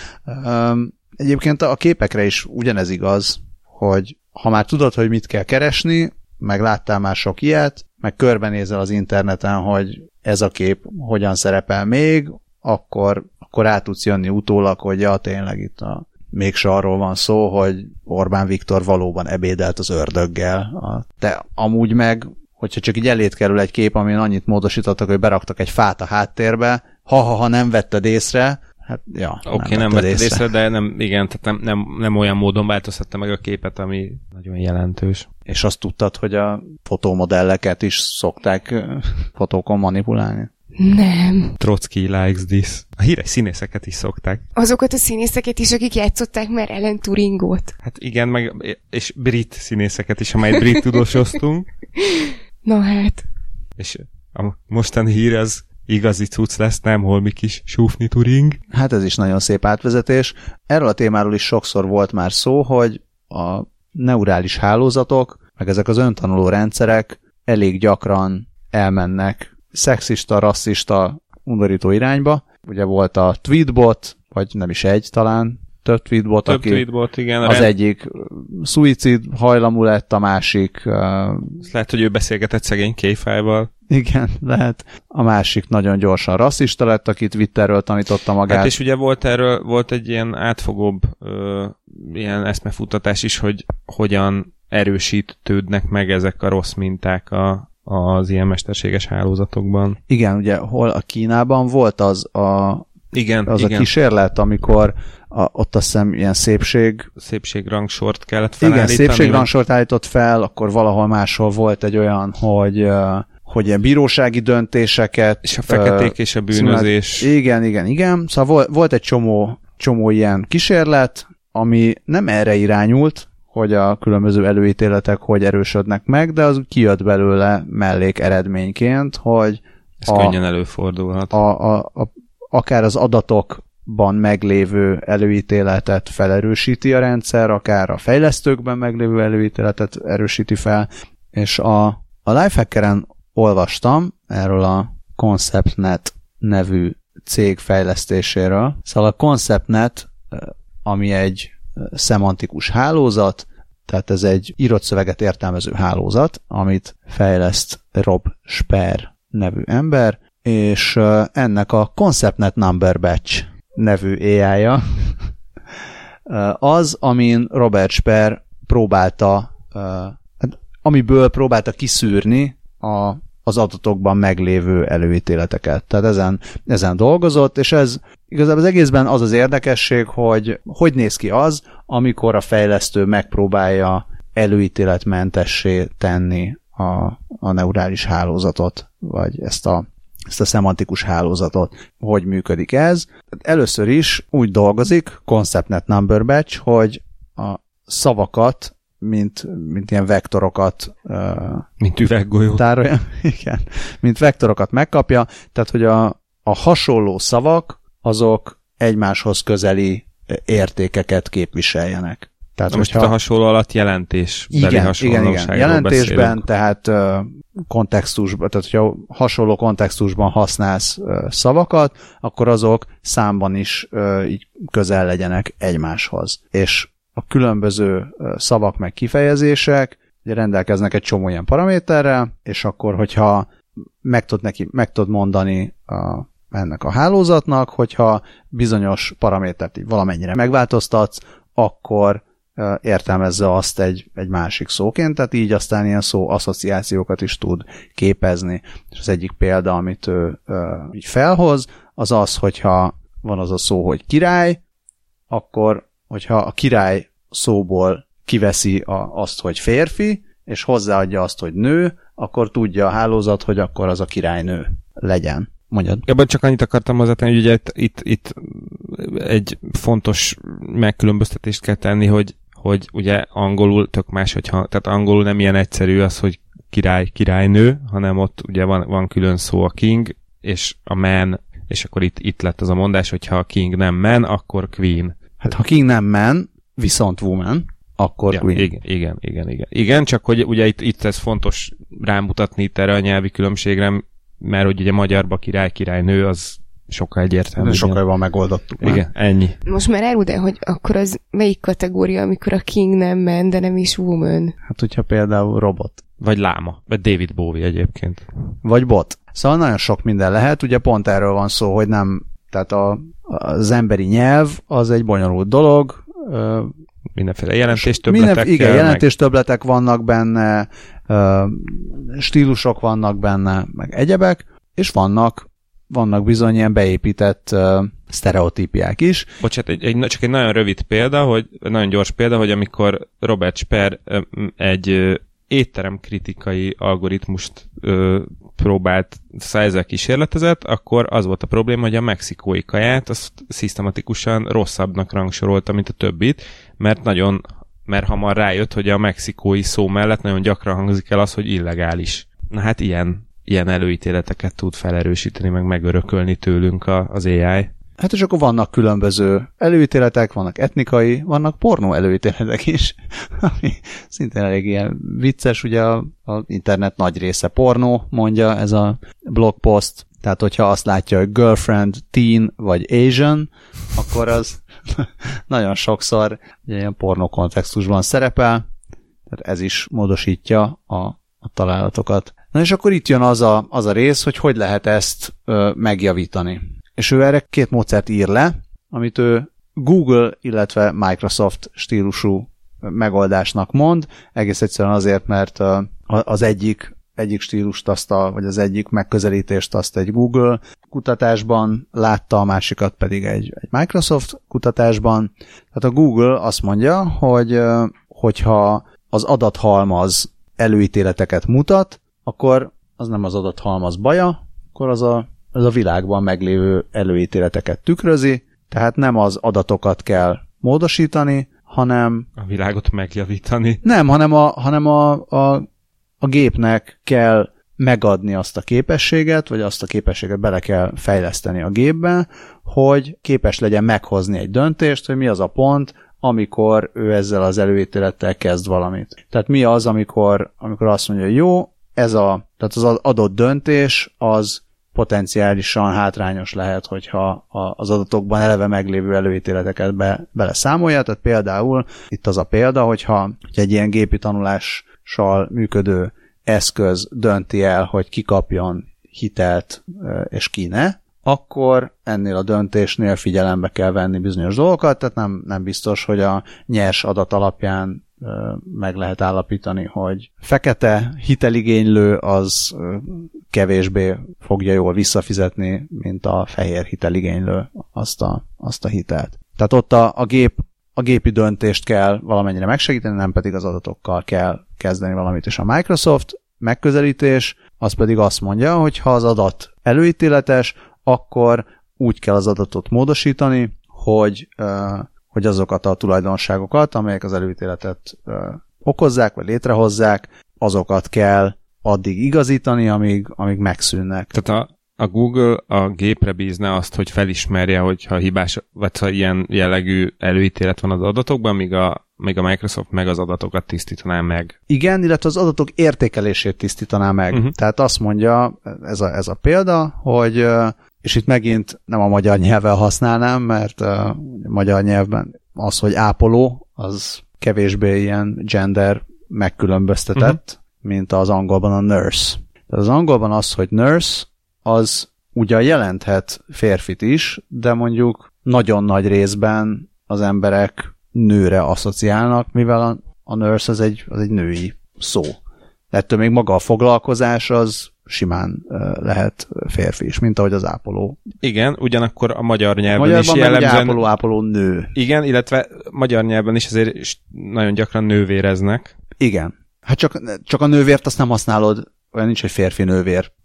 Egyébként a képekre is ugyanez igaz, hogy ha már tudod, hogy mit kell keresni, meg láttál már sok ilyet, meg körbenézel az interneten, hogy ez a kép hogyan szerepel még, akkor, akkor rá tudsz jönni utólag, hogy ja, tényleg itt a, mégse arról van szó, hogy Orbán Viktor valóban ebédelt az ördöggel. De amúgy meg, hogyha csak így elét kerül egy kép, amin annyit módosítottak, hogy beraktak egy fát a háttérbe, ha-ha-ha nem vetted észre, hát ja, Oké, okay, nem, nem vetted észre. észre, de nem, igen, tehát nem, nem, nem olyan módon változtatta meg a képet, ami nagyon jelentős. És azt tudtad, hogy a fotómodelleket is szokták fotókon manipulálni? Nem. Trotsky likes this. A híres színészeket is szokták. Azokat a színészeket is, akik játszották már Alan Turingot. Hát igen, meg, és brit színészeket is, amelyet brit tudósoztunk. Na hát. És a mostani hír az igazi cucc lesz, nem holmi kis súfni Turing. Hát ez is nagyon szép átvezetés. Erről a témáról is sokszor volt már szó, hogy a neurális hálózatok, meg ezek az öntanuló rendszerek elég gyakran elmennek szexista, rasszista, undorító irányba. Ugye volt a tweetbot, vagy nem is egy talán, több tweetbot, több aki tweetbot, igen, az rend... egyik szuicid hajlamú lett, a másik... Uh... Lehet, hogy ő beszélgetett szegény K-file-val. Igen, lehet. A másik nagyon gyorsan rasszista lett, aki Twitterről tanította magát. Hát és ugye volt erről, volt egy ilyen átfogóbb ö, ilyen eszmefuttatás is, hogy hogyan erősítődnek meg ezek a rossz minták a az ilyen mesterséges hálózatokban. Igen, ugye hol a Kínában volt az a, igen, az igen. a kísérlet, amikor a, ott azt hiszem ilyen szépség... Szépségrangsort kellett felállítani. Igen, szépségrangsort állított fel, akkor valahol máshol volt egy olyan, hogy, hogy ilyen bírósági döntéseket... És a feketék uh, és a bűnözés. Szóval, igen, igen, igen. Szóval volt, volt egy csomó, csomó ilyen kísérlet, ami nem erre irányult, hogy a különböző előítéletek hogy erősödnek meg, de az kijött belőle mellék eredményként, hogy ez a, könnyen előfordulhat. A, a, a, akár az adatokban meglévő előítéletet felerősíti a rendszer, akár a fejlesztőkben meglévő előítéletet erősíti fel, és a, a Lifehackeren olvastam erről a ConceptNet nevű cég fejlesztéséről. Szóval a ConceptNet, ami egy szemantikus hálózat, tehát ez egy írott szöveget értelmező hálózat, amit fejleszt Rob Sper nevű ember, és ennek a ConceptNet Number Batch nevű á í-ja az, amin Robert Sper próbálta, amiből próbálta kiszűrni a az adatokban meglévő előítéleteket. Tehát ezen, ezen dolgozott, és ez igazából az egészben az az érdekesség, hogy hogy néz ki az, amikor a fejlesztő megpróbálja előítéletmentessé tenni a, a neurális hálózatot, vagy ezt a, ezt a szemantikus hálózatot. Hogy működik ez? Először is úgy dolgozik, ConceptNet Number Batch, hogy a szavakat mint, mint ilyen vektorokat mint üveggolyó. Tárolja, igen, mint vektorokat megkapja, tehát hogy a, a hasonló szavak azok egymáshoz közeli értékeket képviseljenek. Tehát, na most itt a hasonló alatt jelentés igen, igen, igen. Jelentésben, beszélünk. Tehát kontextusban, tehát hogyha hasonló kontextusban használsz szavakat, akkor azok számban is így közel legyenek egymáshoz. És a különböző szavak meg kifejezések ugye rendelkeznek egy csomó ilyen paraméterrel, és akkor, hogyha meg tudod, neki, meg tudod mondani a, ennek a hálózatnak, hogyha bizonyos paramétert így valamennyire megváltoztatsz, akkor értelmezze azt egy, egy másik szóként, tehát így aztán ilyen szó asszociációkat is tud képezni. És az egyik példa, amit ő ö, így felhoz, az az, hogyha van az a szó, hogy király, akkor hogyha a király szóból kiveszi a, azt, hogy férfi, és hozzáadja azt, hogy nő, akkor tudja a hálózat, hogy akkor az a királynő legyen. Mondjad. Ebben csak annyit akartam hozzátenni, hogy ugye itt, itt, itt egy fontos megkülönböztetést kell tenni, hogy, hogy ugye angolul tök más, hogyha, tehát angolul nem ilyen egyszerű az, hogy király, királynő, hanem ott ugye van, van külön szó a king, és a man, és akkor itt, itt lett az a mondás, hogyha a king nem man, akkor queen. Hát ha king nem man, viszont woman, akkor ja, queen. Igen, igen, igen, igen. Igen, csak hogy ugye itt, itt ez fontos rámutatni itt erre a nyelvi különbségre, mert hogy ugye magyarba király, királynő, az sokkal egyértelmű. Sokkal jobban megoldottuk. Igen, már. Ennyi. Most már elmúld el, hogy akkor az melyik kategória, amikor a king nem man, de nem is woman? Hát, hogyha például robot. Vagy láma. Vagy David Bowie egyébként. Vagy bot. Szóval nagyon sok minden lehet. Ugye pont erről van szó, hogy nem, tehát a, az emberi nyelv az egy bonyolult dolog. Mindenféle jelentéstöbbletekkel. Minden, igen, jelentéstöbbletek vannak benne, stílusok vannak benne, meg egyebek, és vannak, vannak bizony ilyen beépített sztereotípiák is. Bocsát, egy, egy, csak egy nagyon rövid példa, hogy nagyon gyors példa, hogy amikor Robert Sper egy étteremkritikai algoritmust ö, próbált, szóval ezzel kísérletezett, akkor az volt a probléma, hogy a mexikói kaját azt szisztematikusan rosszabbnak rangsorolta, mint a többit, mert nagyon, mert hamar rájött, hogy a mexikói szó mellett nagyon gyakran hangzik el az, hogy illegális. Na hát ilyen, ilyen előítéleteket tud felerősíteni, meg megörökölni tőlünk a, az á i. Hát és akkor vannak különböző előítéletek, vannak etnikai, vannak pornó előítéletek is, ami szintén elég ilyen vicces, ugye az internet nagy része pornó, mondja ez a blogpost, tehát hogyha azt látja, hogy girlfriend, teen vagy Asian, akkor az nagyon sokszor ugye, ilyen pornó kontextusban szerepel, tehát ez is módosítja a, a találatokat. Na és akkor itt jön az a, az a rész, hogy hogy lehet ezt ö, megjavítani. És ő erre két módszert ír le, amit ő Google, illetve Microsoft stílusú megoldásnak mond, egész egyszerűen azért, mert az egyik, egyik stílust azt a, vagy az egyik megközelítést azt egy Google kutatásban látta, a másikat pedig egy, egy Microsoft kutatásban. Tehát a Google azt mondja, hogy hogyha az adathalmaz előítéleteket mutat, akkor az nem az adathalmaz baja, akkor az a ez a világban meglévő előítéleteket tükrözi, tehát nem az adatokat kell módosítani, hanem... A világot megjavítani. Nem, hanem a, hanem a, a, a gépnek kell megadni azt a képességet, vagy azt a képességet bele kell fejleszteni a gépbe, hogy képes legyen meghozni egy döntést, hogy mi az a pont, amikor ő ezzel az előítélettel kezd valamit. Tehát mi az, amikor, amikor azt mondja, hogy jó, ez a, tehát az adott döntés az potenciálisan hátrányos lehet, hogyha az adatokban eleve meglévő előítéleteket be, beleszámolja. Tehát például itt az a példa, hogyha, hogyha egy ilyen gépi tanulással működő eszköz dönti el, hogy ki kapjon hitelt és ki ne, akkor ennél a döntésnél figyelembe kell venni bizonyos dolgokat, tehát nem, nem biztos, hogy a nyers adat alapján meg lehet állapítani, hogy fekete hiteligénylő az kevésbé fogja jól visszafizetni, mint a fehér hiteligénylő azt a, azt a hitelt. Tehát ott a, a, gép, a gépi döntést kell valamennyire megsegíteni, nem pedig az adatokkal kell kezdeni valamit. És a Microsoft megközelítés az pedig azt mondja, hogy ha az adat előítéletes, akkor úgy kell az adatot módosítani, hogy hogy azokat a tulajdonságokat, amelyek az előítéletet ö, okozzák, vagy létrehozzák, azokat kell addig igazítani, amíg, amíg megszűnnek. Tehát a, a Google a gépre bízna azt, hogy felismerje, hogyha hibás, vagy ha ilyen jellegű előítélet van az adatokban, míg a, míg a Microsoft meg az adatokat tisztítaná meg. Igen, illetve az adatok értékelését tisztítaná meg. Uh-huh. Tehát azt mondja, ez a, ez a példa, hogy és itt megint nem a magyar nyelvvel használnám, mert uh, a magyar nyelvben az, hogy ápoló, az kevésbé ilyen gender megkülönböztetett, uh-huh. mint az angolban a nurse. Tehát az angolban az, hogy nurse, az ugyan jelenthet férfit is, de mondjuk nagyon nagy részben az emberek nőre asszociálnak, mivel a, a nurse az egy, az egy női szó. Ettől még maga a foglalkozás az simán uh, lehet férfi is, mint ahogy az ápoló. Igen, ugyanakkor a magyar nyelven Magyarban is jellemzően... ápoló, ápoló nő. Igen, illetve magyar nyelven is azért nagyon gyakran nővéreznek. Igen. Hát csak, csak a nővért azt nem használod, olyan nincs, hogy férfi nővér.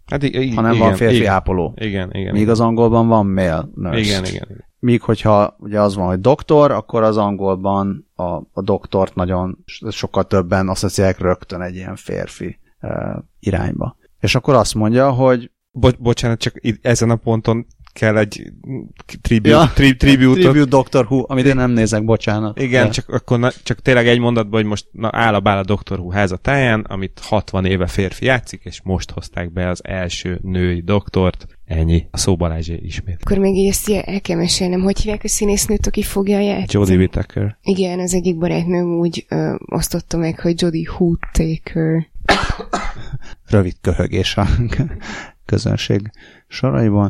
Hát i- i- hanem igen, van férfi igen, ápoló. Igen, igen. Míg igen. az angolban van male nurse. Igen, igen, igen. Míg hogyha ugye az van, hogy doktor, akkor az angolban a, a doktort nagyon sokkal többen asszociálják rögtön egy ilyen férfi uh, irányba. És akkor azt mondja, hogy Bo- bocsánat, csak itt, ezen a ponton kell egy tribute, ja, tri- tribute-ot. Tribute Doctor Who, amit én nem nézek, bocsánat. Igen, de. csak akkor na, csak tényleg egy mondatban, hogy most na, áll a bál a Doctor Who házatáján, amit hatvan éve férfi játszik, és most hozták be az első női doktort. Ennyi. A Szó Balázsé ismét. Akkor még így ezt el kell mesélnem, hogy hívják a színésznőt, aki fogja játszani? Jodie Whittaker. Igen, az egyik barátnőm úgy ö, osztotta meg, hogy Jodie Whittaker. Rövid köhögés a közönség soraiban.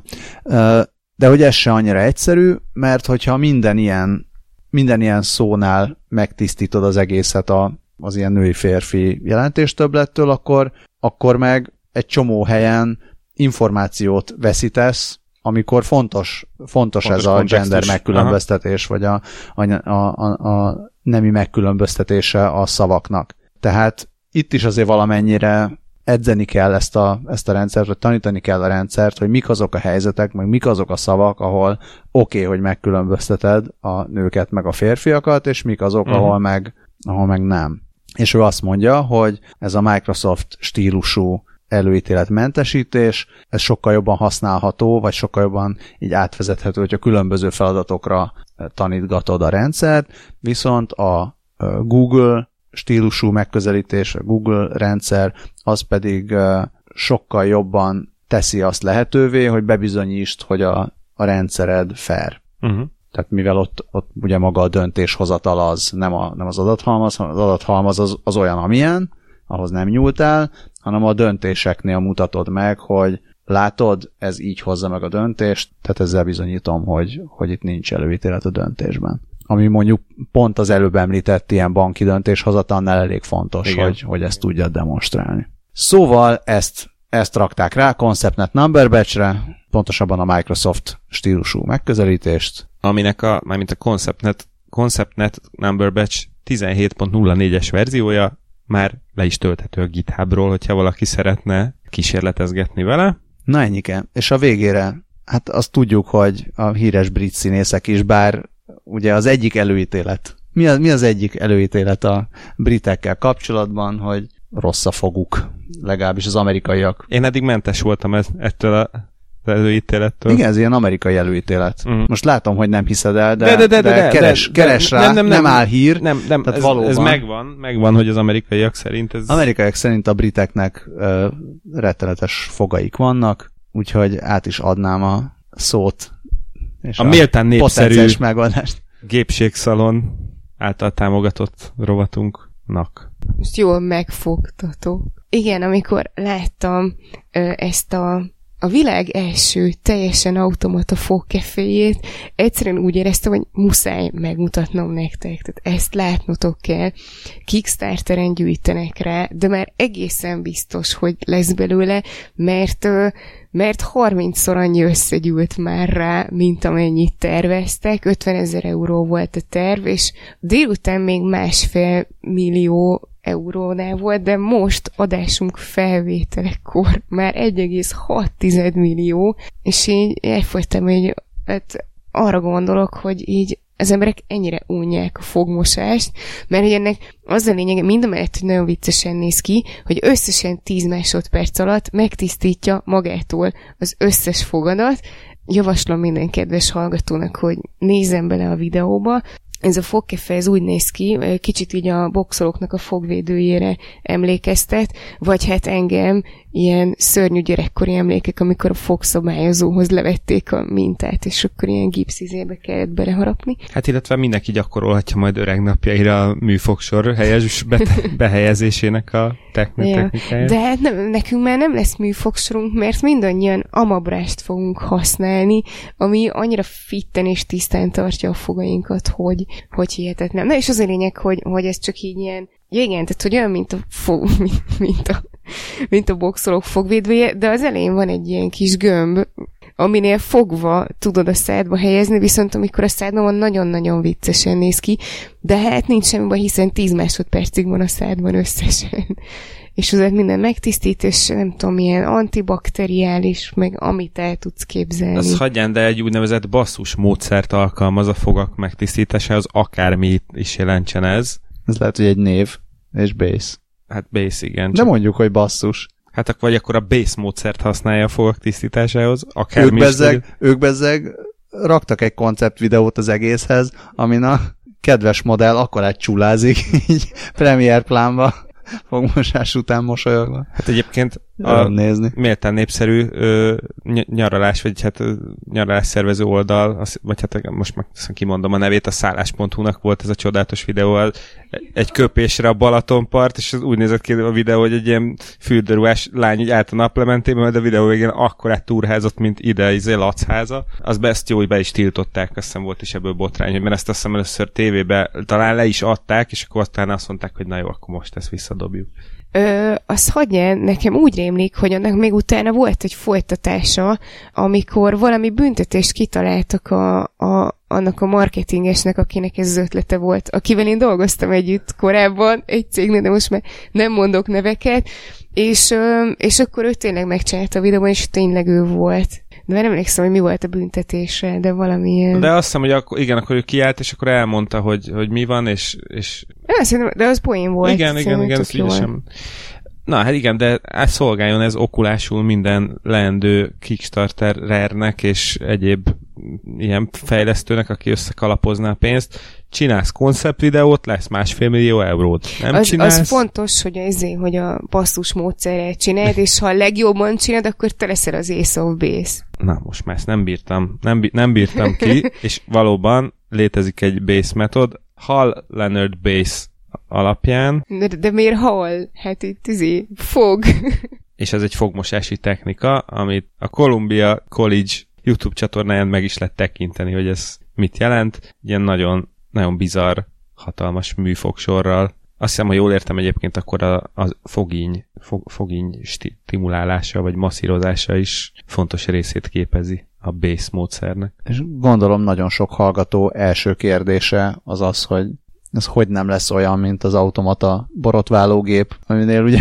De hogy ez se annyira egyszerű, mert hogyha minden ilyen, minden ilyen szónál megtisztítod az egészet a, az ilyen női-férfi jelentéstöbblettől, akkor, akkor meg egy csomó helyen információt veszítesz, amikor fontos, fontos, fontos ez a kontextus. Gender megkülönböztetés, aha. vagy a, a, a, a, a nemi megkülönböztetése a szavaknak. Tehát itt is azért valamennyire edzeni kell ezt a, ezt a rendszert, vagy tanítani kell a rendszert, hogy mik azok a helyzetek, meg mik azok a szavak, ahol oké, okay, hogy megkülönbözteted a nőket, meg a férfiakat, és mik azok, uh-huh. ahol, meg, ahol meg nem. És ő azt mondja, hogy ez a Microsoft stílusú előítéletmentesítés, ez sokkal jobban használható, vagy sokkal jobban így átvezethető, hogyha különböző feladatokra tanítgatod a rendszert, viszont a Google stílusú megközelítés, a Google rendszer, az pedig sokkal jobban teszi azt lehetővé, hogy bebizonyítsd, hogy a, a rendszered fair. Uh-huh. Tehát mivel ott, ott ugye maga a döntéshozatal az nem, a, nem az adathalmaz, hanem az adathalmaz az, az olyan, amilyen, ahhoz nem nyúltál, hanem a döntéseknél mutatod meg, hogy látod, ez így hozza meg a döntést, tehát ezzel bizonyítom, hogy, hogy itt nincs előítélet a döntésben. Ami mondjuk pont az előbb említett ilyen banki döntéshozatalnál elég fontos, hogy, hogy ezt tudja demonstrálni. Szóval ezt, ezt rakták rá ConceptNet Number Batch-re, pontosabban a Microsoft stílusú megközelítést. Aminek a, mármint a ConceptNet, ConceptNet Number Batch tizenhét pont nulla négyes verziója már le is tölthető a GitHubról, hogyha valaki szeretne kísérletezgetni vele. Na ennyike. És a végére, hát azt tudjuk, hogy a híres brit színészek is, bár ugye az egyik előítélet. Mi az, mi az egyik előítélet a britekkel kapcsolatban, hogy rossz a foguk, legalábbis az amerikaiak. Én eddig mentes voltam ez, ettől a előítélettől. Igen, ez ilyen amerikai előítélet. Mm. Most látom, hogy nem hiszed el, de, de, de, de, de, de keres, de, keres de, rá, nem, nem, nem, nem áll hír. Nem, nem, tehát ez, valóban, ez megvan, megvan, hogy az amerikaiak szerint ez... Amerikaiak szerint a briteknek uh, rettenetes fogaik vannak, úgyhogy át is adnám a szót és a, a méltán népszerű megoldást. Gépségszalon által támogatott rovatunknak. Most jól megfogtató. Igen, amikor láttam ö, ezt a, a világ első teljesen automata fogkeféjét, egyszerűen úgy éreztem, hogy muszáj megmutatnom nektek. Tehát ezt látnotok kell. Kickstarteren gyűjtenek rá, de már egészen biztos, hogy lesz belőle, mert... Ö, mert harmincszor annyi összegyűlt már rá, mint amennyit terveztek. ötvenezer euró volt a terv, és délután még másfél millió eurónál volt, de most adásunk felvételekor már egy egész hat millió, és így egyfolytában így, hát arra gondolok, hogy így az emberek ennyire unják a fogmosást, mert hogy ennek az a lényege, mindamellett, hogy nagyon viccesen néz ki, hogy összesen tíz másodperc alatt megtisztítja magától az összes fogadat. Javaslom minden kedves hallgatónak, hogy nézzen bele a videóba. Ez a fogkefe, ez úgy néz ki, kicsit így a boxolóknak a fogvédőjére emlékeztet, vagy hát engem ilyen szörnyű gyerekkori emlékek, amikor a fogszabályozóhoz levették a mintát, és akkor ilyen gipszizébe kellett beleharapni. Hát illetve mindenki gyakorolhatja majd öreg napjaira a műfogsor helyes be- behelyezésének a technikáját. Ja, de hát nem, nekünk már nem lesz műfogsorunk, mert mindannyian amabrást fogunk használni, ami annyira fitten és tisztán tartja a fogainkat, hogy, hogy hihetetlen. Na és az a lényeg, hogy, hogy ez csak így ilyen, ja igen, tehát hogy olyan, mint a, fog, mint, mint a mint a boxolók fogvédője, de az elején van egy ilyen kis gömb, aminél fogva tudod a szádba helyezni, viszont amikor a szádban van, nagyon-nagyon viccesen néz ki, de hát nincs semmi baj, hiszen tíz másodpercig van a szádban összesen. És azért minden megtisztít, és nem tudom, milyen antibakteriális, meg amit el tudsz képzelni. Az hagyján, de egy úgynevezett basszus módszert alkalmaz a fogak megtisztításához, akármi is jelentsen ez. Ez lehet, hogy egy név, és base. Hát base, igen. De mondjuk, hogy basszus. Hát vagy akkor a base módszert használja a fogak tisztításához, akármi ők bezzeg, ők bezzeg raktak egy konceptvideót az egészhez, amin a kedves modell akkorát csulázik, így Premiere plánba fogmosás után mosolyogva. Hát egyébként a nézni. Méltán népszerű ö, nyaralás, vagy hát ö, nyaralás szervező oldal, az, vagy hát most meg kimondom a nevét, a szállás pont hu-nak volt ez a csodálatos videó, egy köpésre a Balatonpart, és az úgy nézett ki a videó, hogy egy ilyen fürdőruhás lány így állt a naplementében, majd a videó végén akkorát túrházott, mint ide izé Lacháza. Az be ezt jó, hogy be is tiltották, azt hiszem volt is ebből botrány, mert ezt azt hiszem először tévébe talán le is adták, és akkor aztán azt mondták, hogy na jó, akkor most ezt visszadobjuk. Ö, az hagyján, nekem úgy rémlik, hogy annak még utána volt egy folytatása, amikor valami büntetést kitaláltak a, a, annak a marketingesnek, akinek ez az ötlete volt, akivel én dolgoztam együtt korábban egy cégnél, de most már nem mondok neveket, és, ö, és akkor ő tényleg megcsinálta a videóban, és tényleg ő volt. De már nem emlékszem, hogy mi volt a büntetése, de valamilyen... De azt hiszem, hogy akkor, igen, akkor ő kiállt, és akkor elmondta, hogy, hogy mi van, és... és... Ja, de az poén volt. Igen, igen, igen, ez sem... Na, hát igen, de szolgáljon ez okulásul minden leendő Kickstarternek és egyéb ilyen fejlesztőnek, aki összekalapozná a pénzt. Csinálsz konceptvideót, lesz másfél millió eurót. Nem az, csinálsz... az fontos, hogy, ezért, hogy a basszus módszerrel csináld, és ha a legjobban csináld, akkor te leszel az Ace of Base. Na, most már ezt nem bírtam. Nem, bí- nem bírtam ki, és valóban létezik egy base metod, Hal Leonard Base alapján. De, de miért hal? Hát itt izé, fog. És ez egy fogmosási technika, amit a Columbia College YouTube csatornáján meg is lehet tekinteni, hogy ez mit jelent. Ilyen nagyon, nagyon bizarr, hatalmas műfogsorral. Azt hiszem, ha jól értem egyébként, akkor a, a fogíny, fog, fogíny stimulálása vagy masszírozása is fontos részét képezi a base módszernek. És gondolom nagyon sok hallgató első kérdése az az, hogy ez hogy nem lesz olyan, mint az automata borotválógép, aminél ugye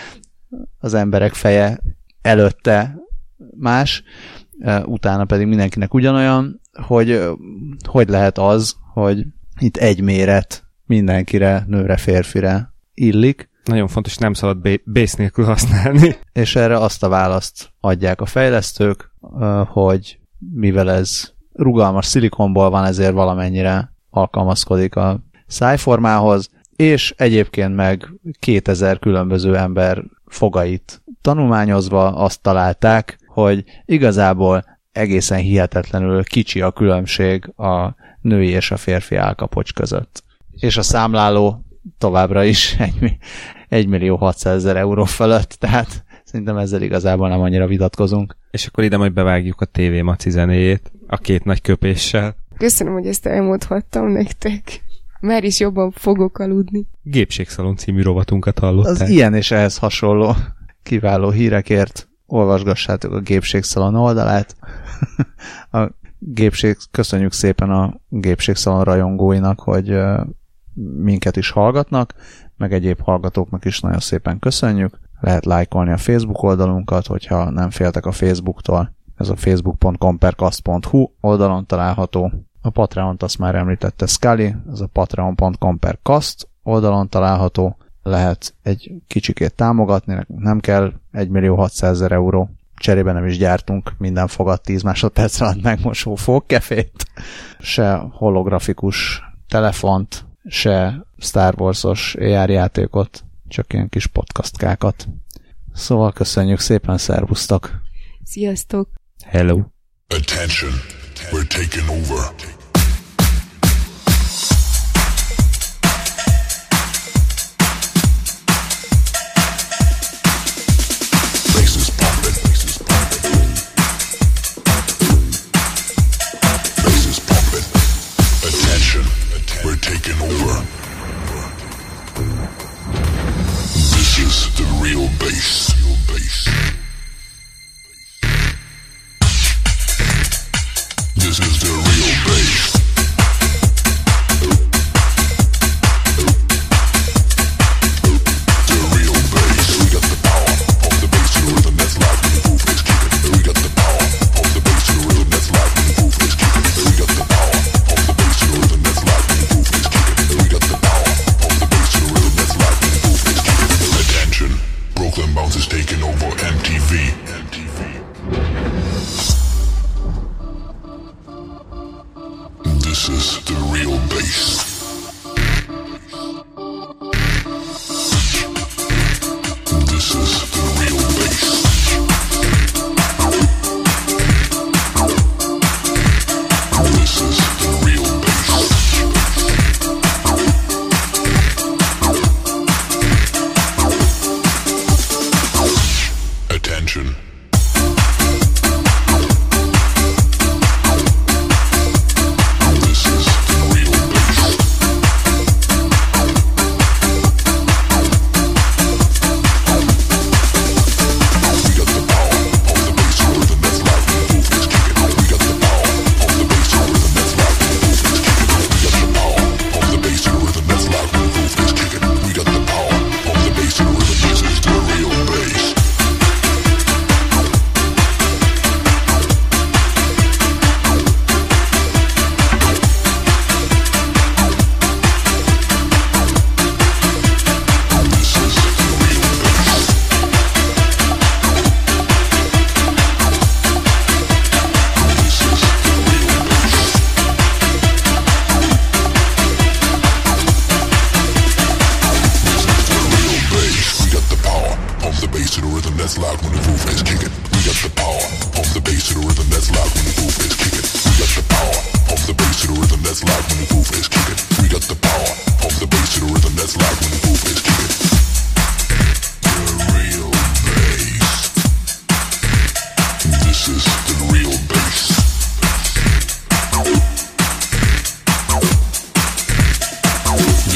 az emberek feje előtte más, utána pedig mindenkinek ugyanolyan, hogy hogy lehet az, hogy itt egy méret mindenkire, nőre, férfire illik. Nagyon fontos, nem szabad base nélkül használni. És erre azt a választ adják a fejlesztők, hogy mivel ez rugalmas szilikonból van, ezért valamennyire alkalmazkodik a szájformához, és egyébként meg kétezer különböző ember fogait tanulmányozva azt találták, hogy igazából egészen hihetetlenül kicsi a különbség a női és a férfi állkapocs között. És a számláló továbbra is egy millió hatszázezer euró fölött, tehát szerintem ezzel igazából nem annyira vitatkozunk. És akkor ide majd bevágjuk a té vé Maci zenéjét, a két nagy köpéssel. Köszönöm, hogy ezt elmondhattam nektek. Már is jobban fogok aludni. Gépségszalon című rovatunkat hallották. Az ilyen és ehhez hasonló kiváló hírekért olvasgassátok a Gépségszalon oldalát. A gépség, köszönjük szépen a Gépségszalon rajongóinak, hogy minket is hallgatnak, meg egyéb hallgatóknak is nagyon szépen köszönjük. Lehet lájkolni a Facebook oldalunkat, hogyha nem féltek a Facebooktól. Ez a facebook pont com per cast pont hu oldalon található. A Patreont azt már említette Scully, ez a patreon pont com per cast oldalon található. Lehet egy kicsikét támogatni, nem kell egy millió hatszázezer euró. Cserébe nem is gyártunk minden fogat tíz másodperc alatt megmosó fogkefét, se holografikus telefont, se Star Wars-os á er játékot, csak ilyen kis podcastkákat. Szóval köszönjük szépen, szervusztok! Sziasztok! Hello! Attention, we're taking over. Faces pumping, faces pumping. Faces pumping. Attention, we're taking over. This is the real bass. Real bass.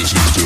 This is